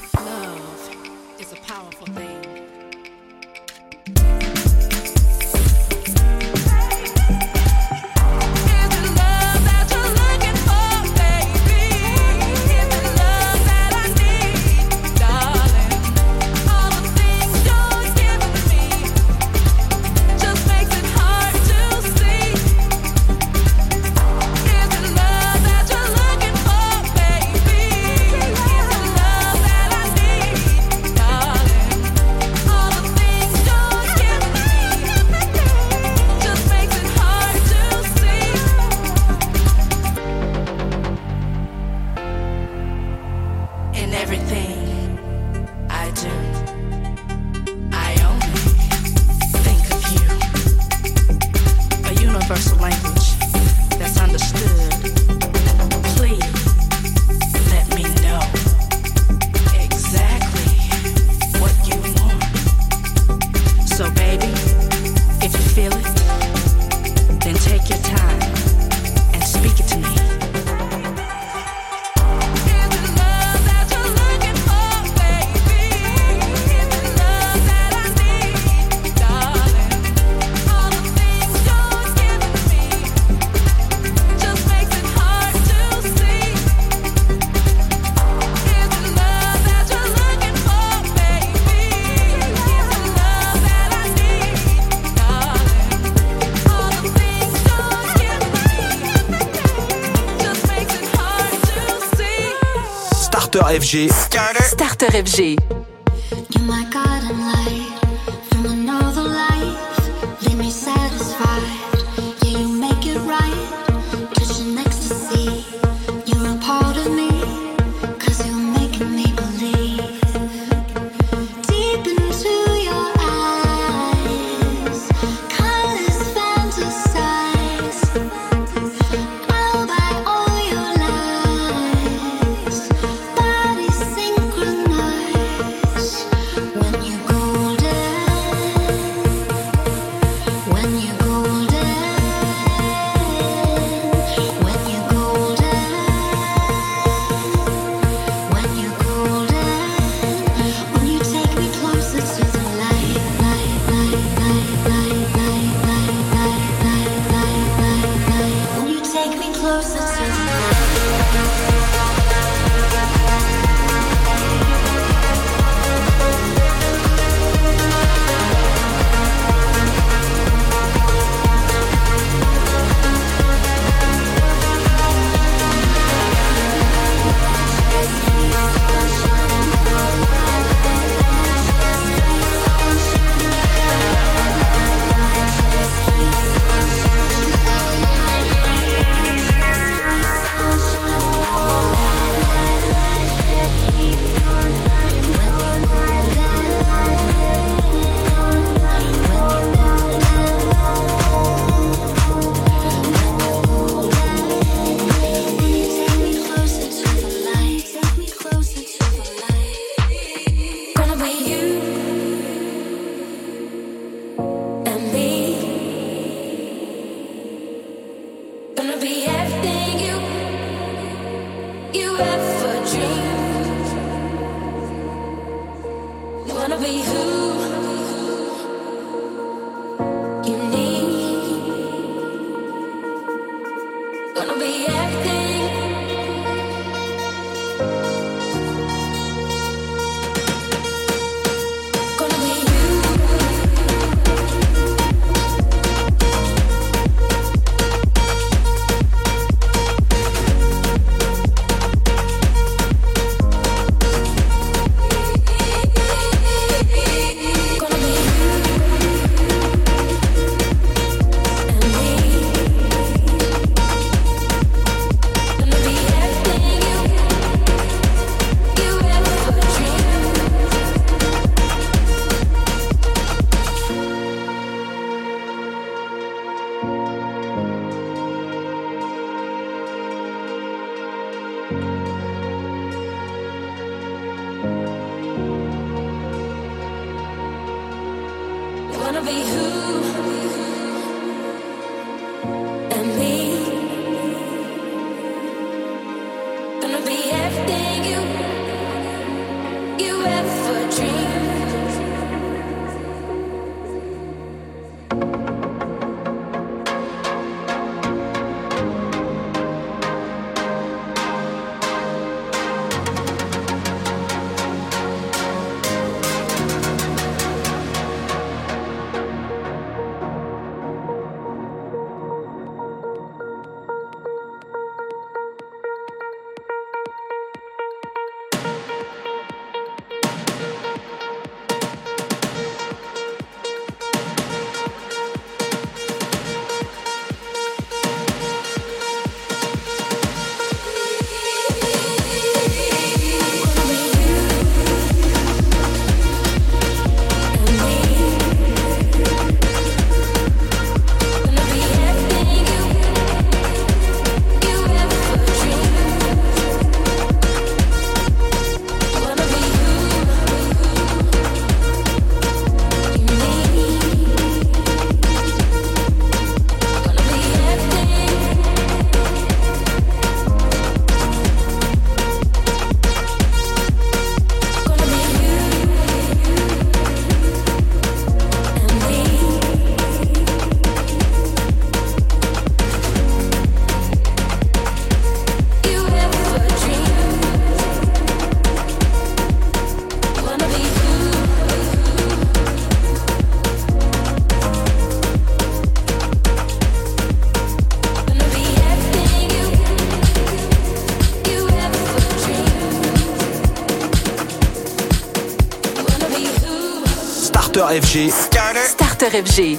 Speaker 14: Starter F G.
Speaker 5: Starter, Starter F G.
Speaker 13: You're my guiding light from another life. Leave me satisfied. Yeah, you make it right. Touching ecstasy. You're a part of me. Cause you're making me believe. Deep into your eyes. Colors fantasize. I'll buy all your lies. Body synchronized. When you're golden.
Speaker 8: Wanna be who you need. Gonna be everything. Gonna be you. Wanna be who and me. Gonna be everything you you ever dreamed.
Speaker 9: Starter F G.
Speaker 5: Starter. Starter F G.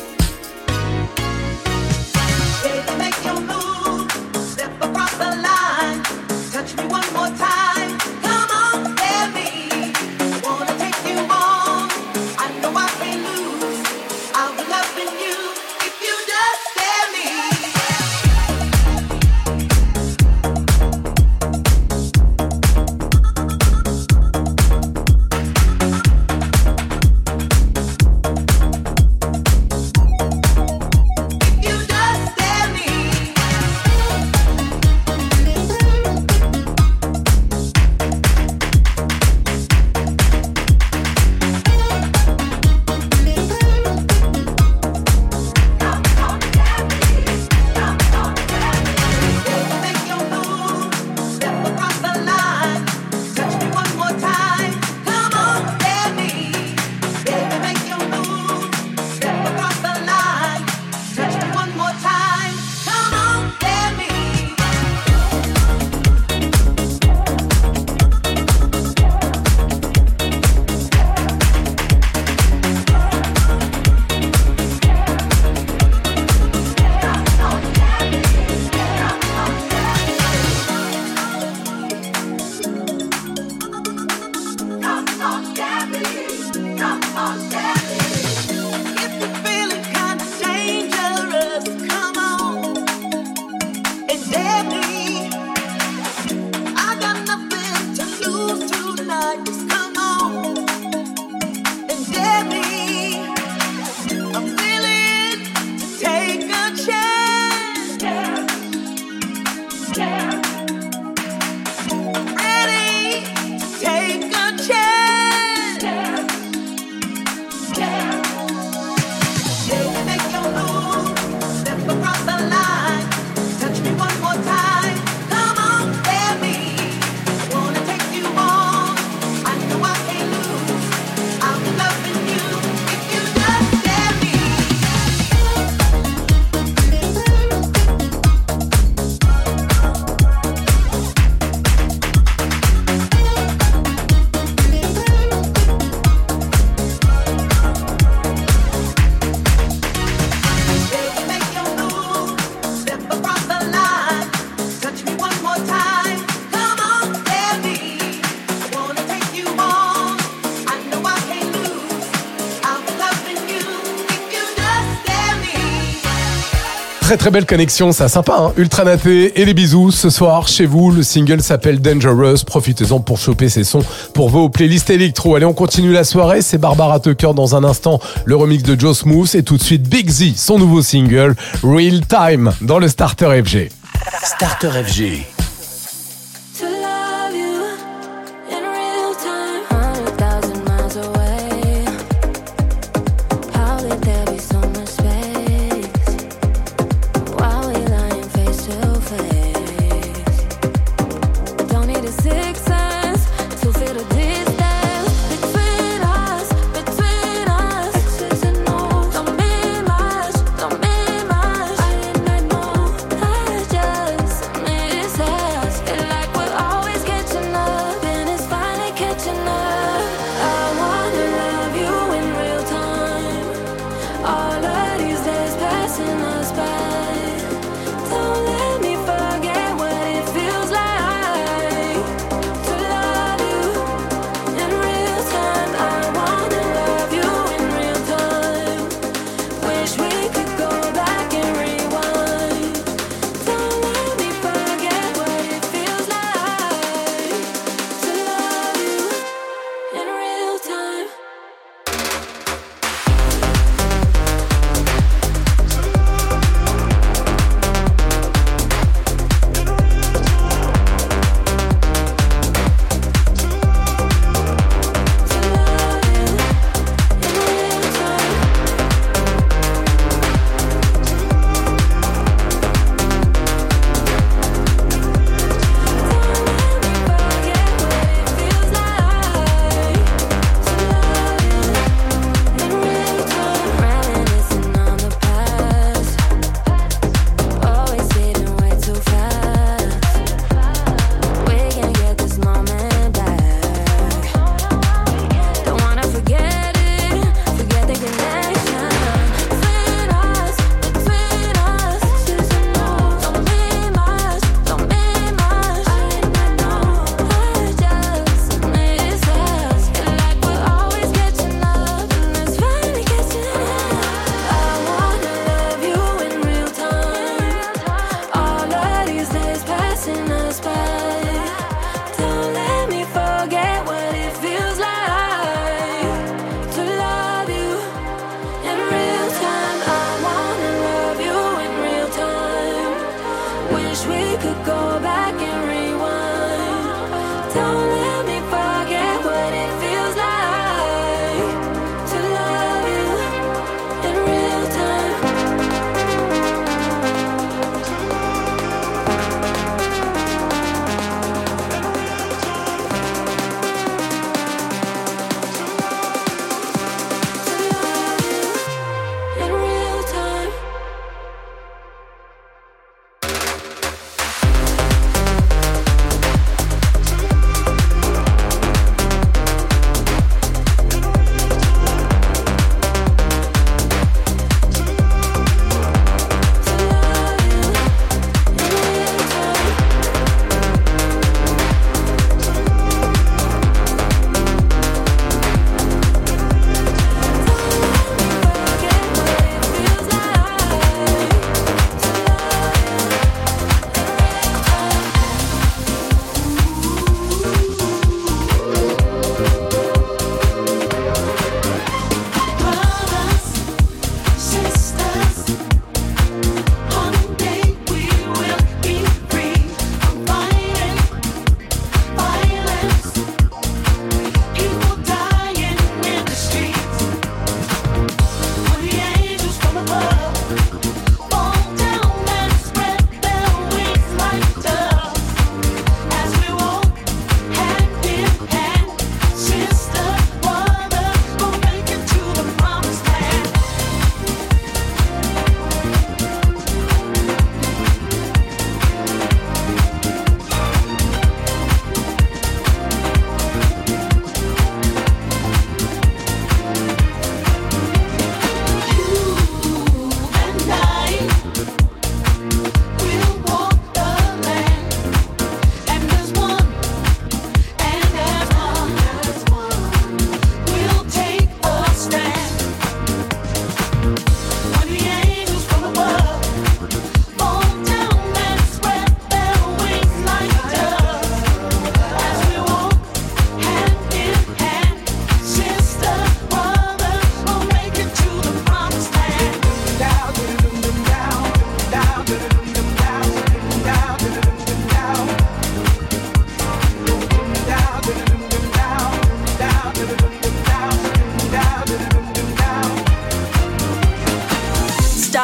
Speaker 6: Très très belle connexion, ça sympa hein. Ultra Naté et les bisous ce soir chez vous. Le single s'appelle Dangerous. Profitez-en pour choper ces sons pour vos playlists électro. Allez, on continue la soirée. C'est Barbara Tucker dans un instant. Le remix de Joe Smooth et tout de suite Big Z, son nouveau single Real Time dans le Starter F G.
Speaker 7: Starter F G.
Speaker 8: Say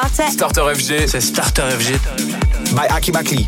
Speaker 5: Starter.
Speaker 1: Starter F G, c'est Starter F G.
Speaker 9: By Aki Makli.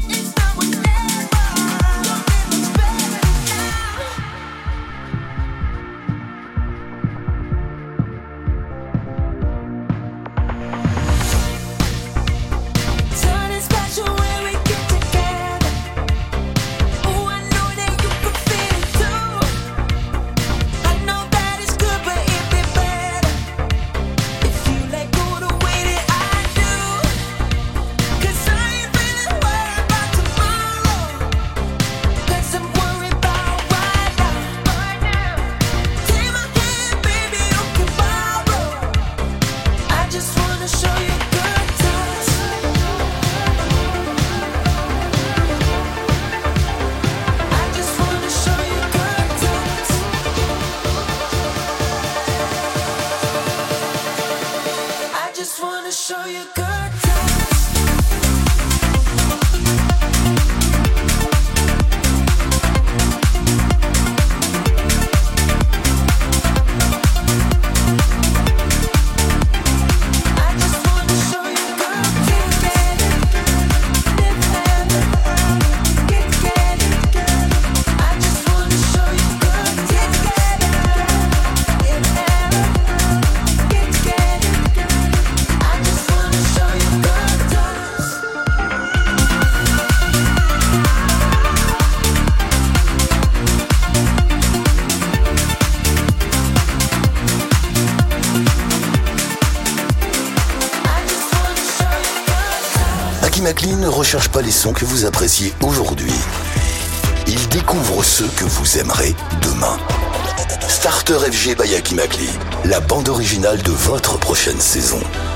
Speaker 7: Aki Makli ne recherche pas les sons que vous appréciez aujourd'hui. Il découvre ceux que vous aimerez demain. Starter F G by Aki Makli, la bande originale de votre prochaine saison.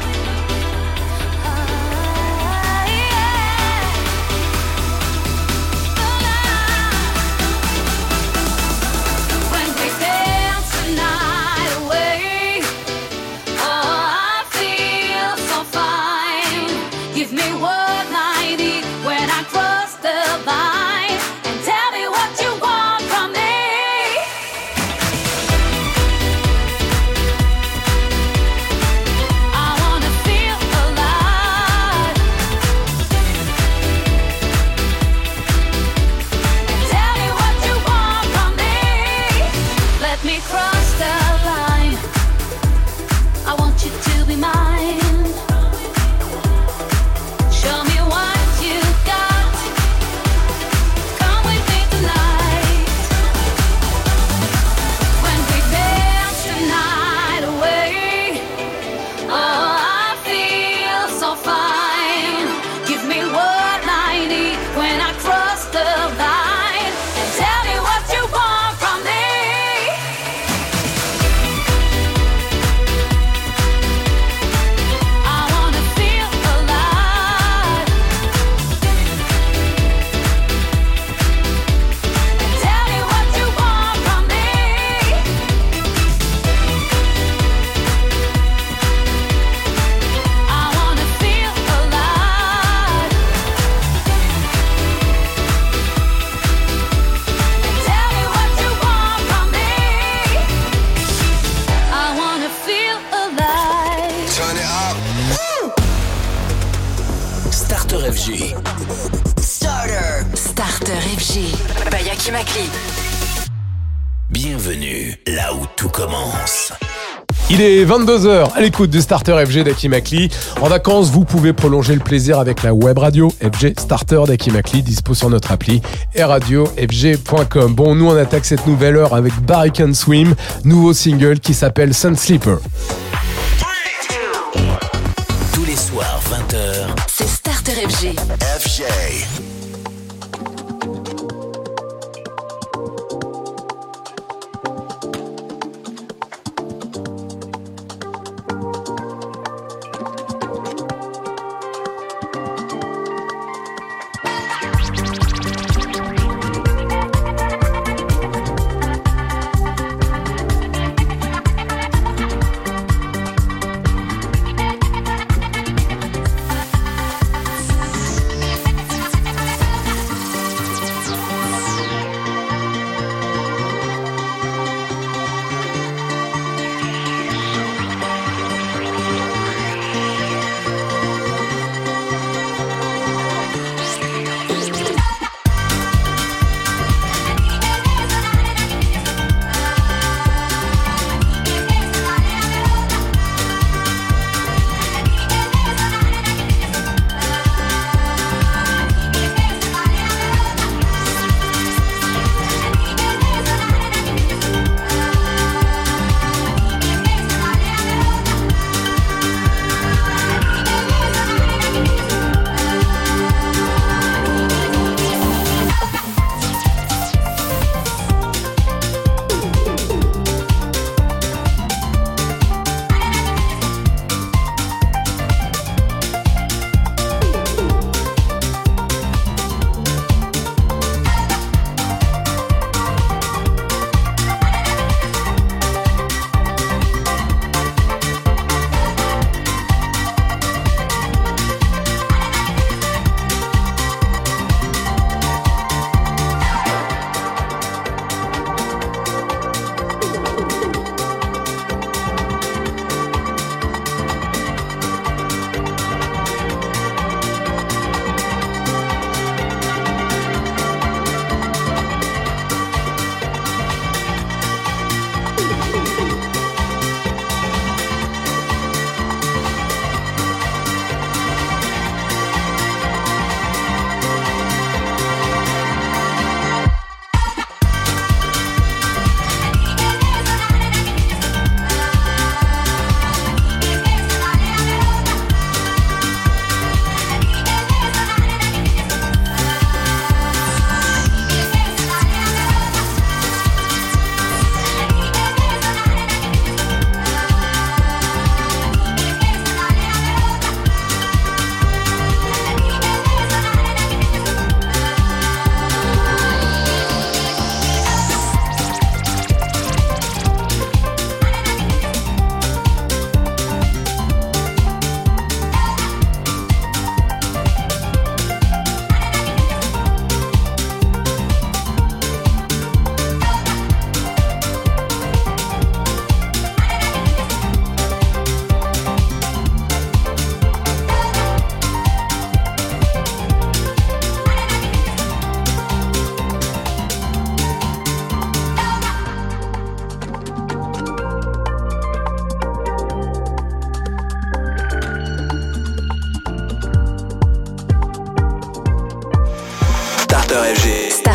Speaker 5: Starter. Starter F G. By Aki Makli.
Speaker 7: Bienvenue là où tout commence.
Speaker 6: Il est vingt-deux heures à l'écoute du Starter F G d'Aki Makli. En vacances, vous pouvez prolonger le plaisir avec la web radio F G Starter d'Aki Makli, dispo sur notre appli et radio f g point com. Bon, nous on attaque cette nouvelle heure avec Barry Can Swim, nouveau single qui s'appelle Sun Sleeper.
Speaker 7: Tous les soirs, vingt heures,
Speaker 5: c'est Starter F G.
Speaker 7: F G.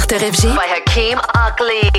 Speaker 5: Starter F G
Speaker 3: by Hakeem Ugly.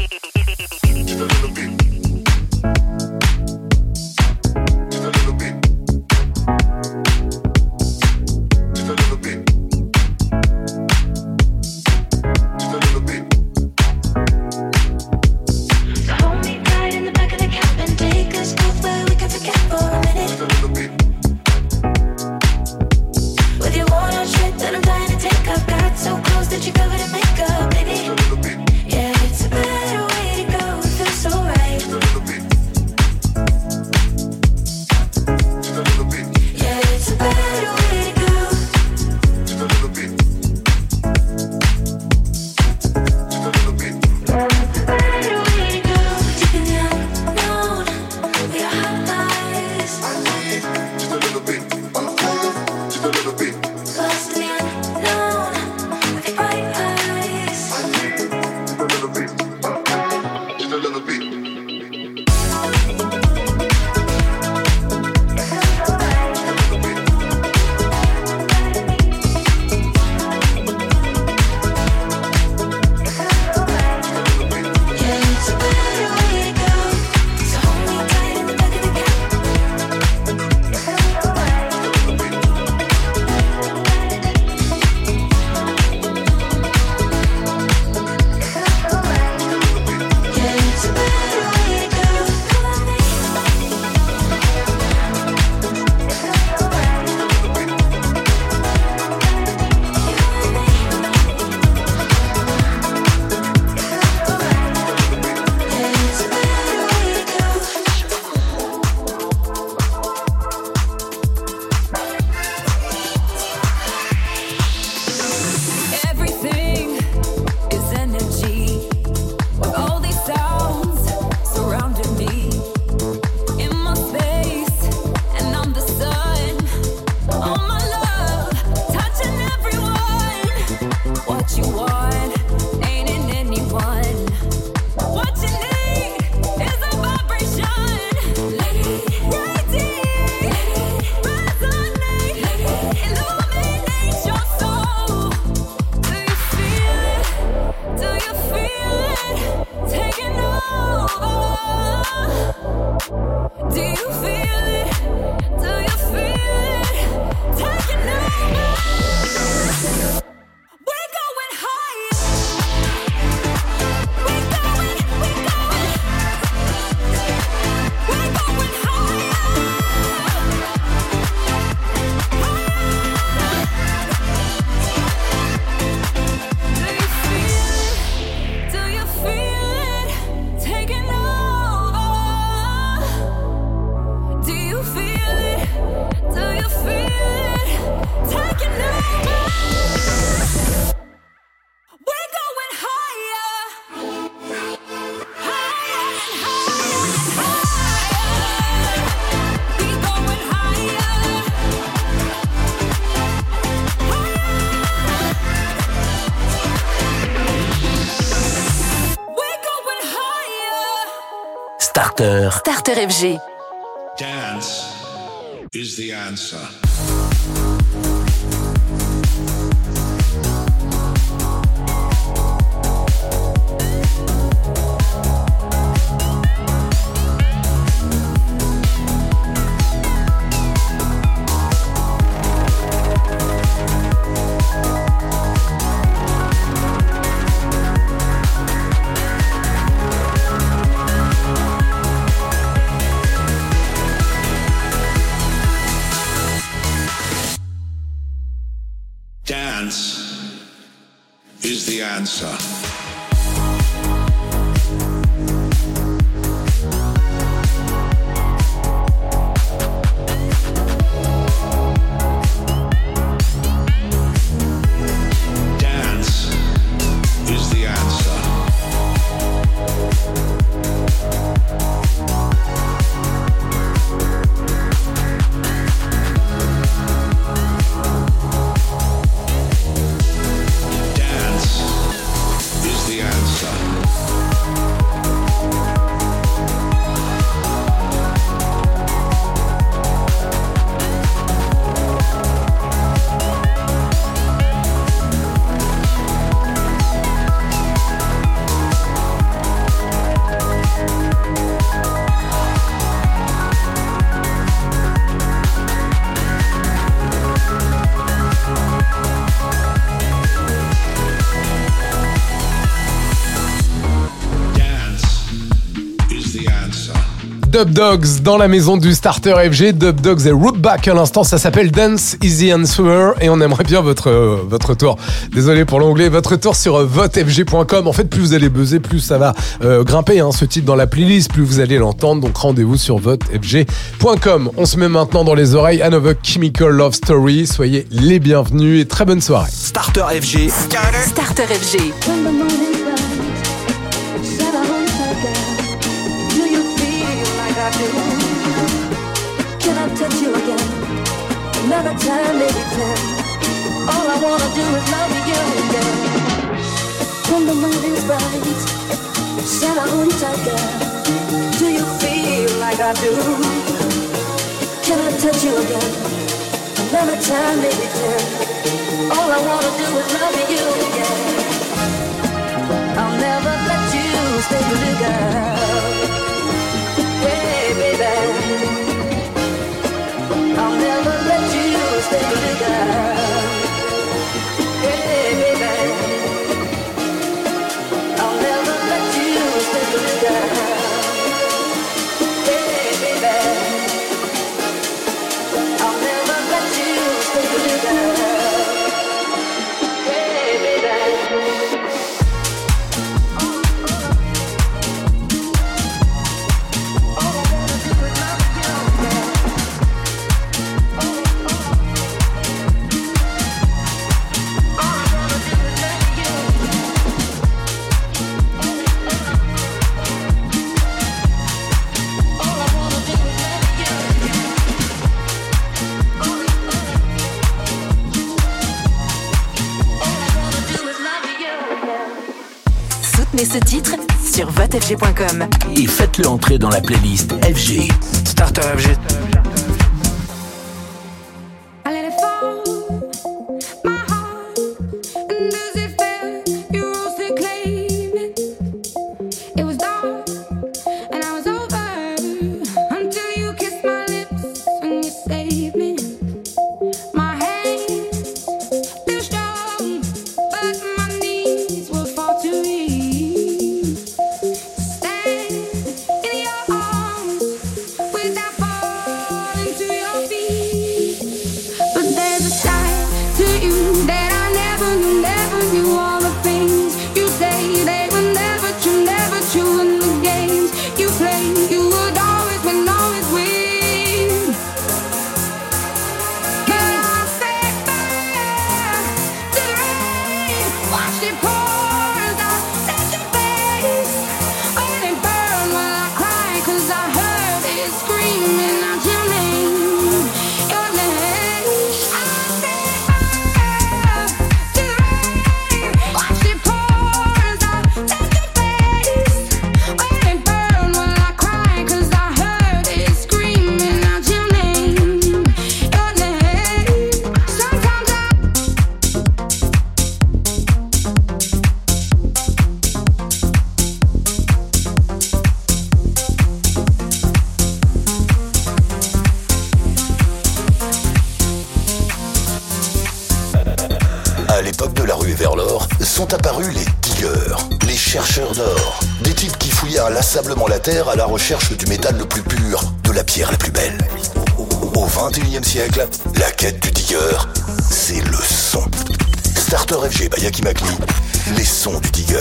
Speaker 5: Starter. Starter F G.
Speaker 14: Dance is the answer. Dance is the answer. Dance is the answer. Dance
Speaker 6: Dub Dogs dans la maison du Starter F G. Dub Dogs et Rootback à l'instant, ça s'appelle Dance is the Answer et on aimerait bien votre, euh, votre tour. Désolé pour l'anglais, votre tour sur euh, vote f g point com. En fait, plus vous allez buzzer, plus ça va euh, grimper hein, ce titre dans la playlist, plus vous allez l'entendre. Donc rendez-vous sur vote f g point com. On se met maintenant dans les oreilles Another Chemical Love Story. Soyez les bienvenus et très bonne soirée.
Speaker 4: Starter F G.
Speaker 5: Starter, Starter F G.
Speaker 8: Can I touch you again? Another time, maybe ten. All I wanna do is love you again. When the moon is bright, shall I hold you tight, girl? Do you feel like I do? Can I touch you again? Another time, maybe ten. All I wanna do is love you again. I'll never let you stay with you, girl. Hey, baby. I'll never let you stay with me, girl. Hey, baby. I'll never let you stay with me, girl. Hey, baby. I'll never let you stay with me, girl. Hey, baby.
Speaker 5: Soutenez ce titre sur vote f g point com
Speaker 4: et faites-le entrer dans la playlist F G.
Speaker 1: Starter F G.
Speaker 7: À l'époque de la ruée vers l'or, sont apparus les diggers, les chercheurs d'or. Des types qui fouillaient inlassablement la terre à la recherche du métal le plus pur, de la pierre la plus belle. Au vingt et unième siècle, la quête du digger, c'est le son. Starter F G by Yaki Makli, les sons du digger.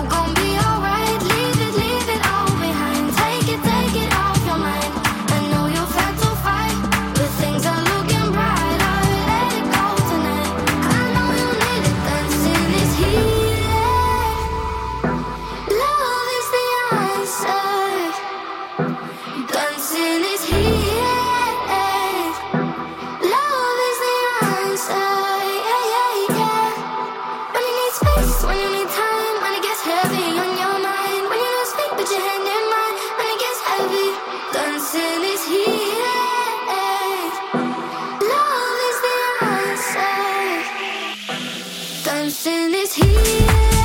Speaker 13: I know you
Speaker 8: is here.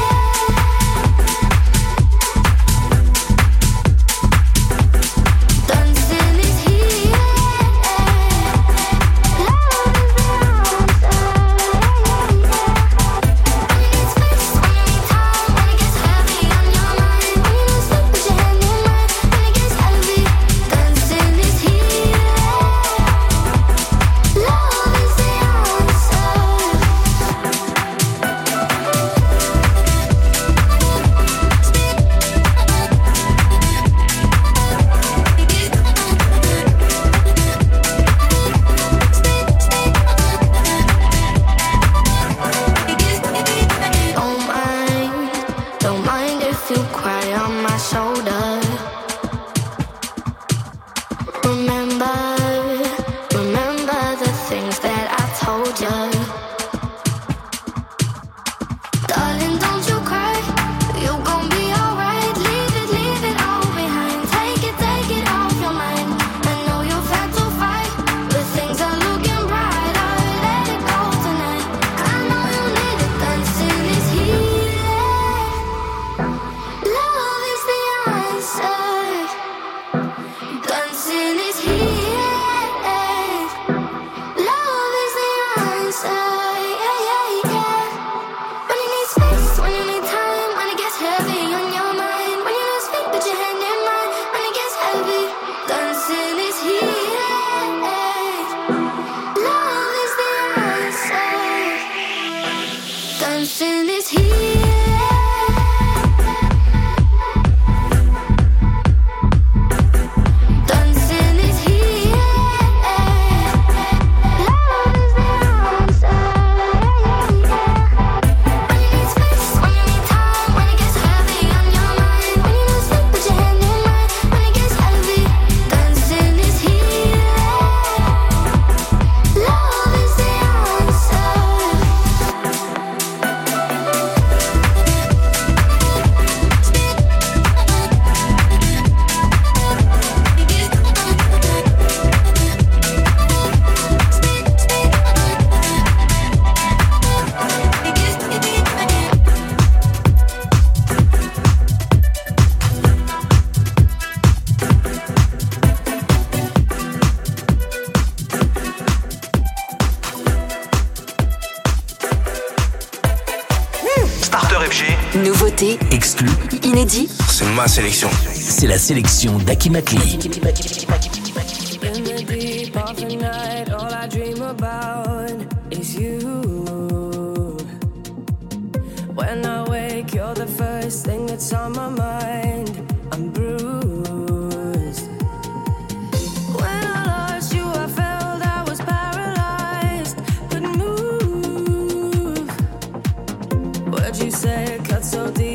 Speaker 5: Nouveauté,
Speaker 4: exclu,
Speaker 5: inédit.
Speaker 1: C'est ma sélection.
Speaker 4: C'est la sélection d'Aki Makli.
Speaker 15: In the deep of the night, all I dream about is you. When I wake, you're the first thing that's on my mind. I'm bruised. When I lost you, I felt I was paralyzed, couldn't move. What'd you say? Cut so deep.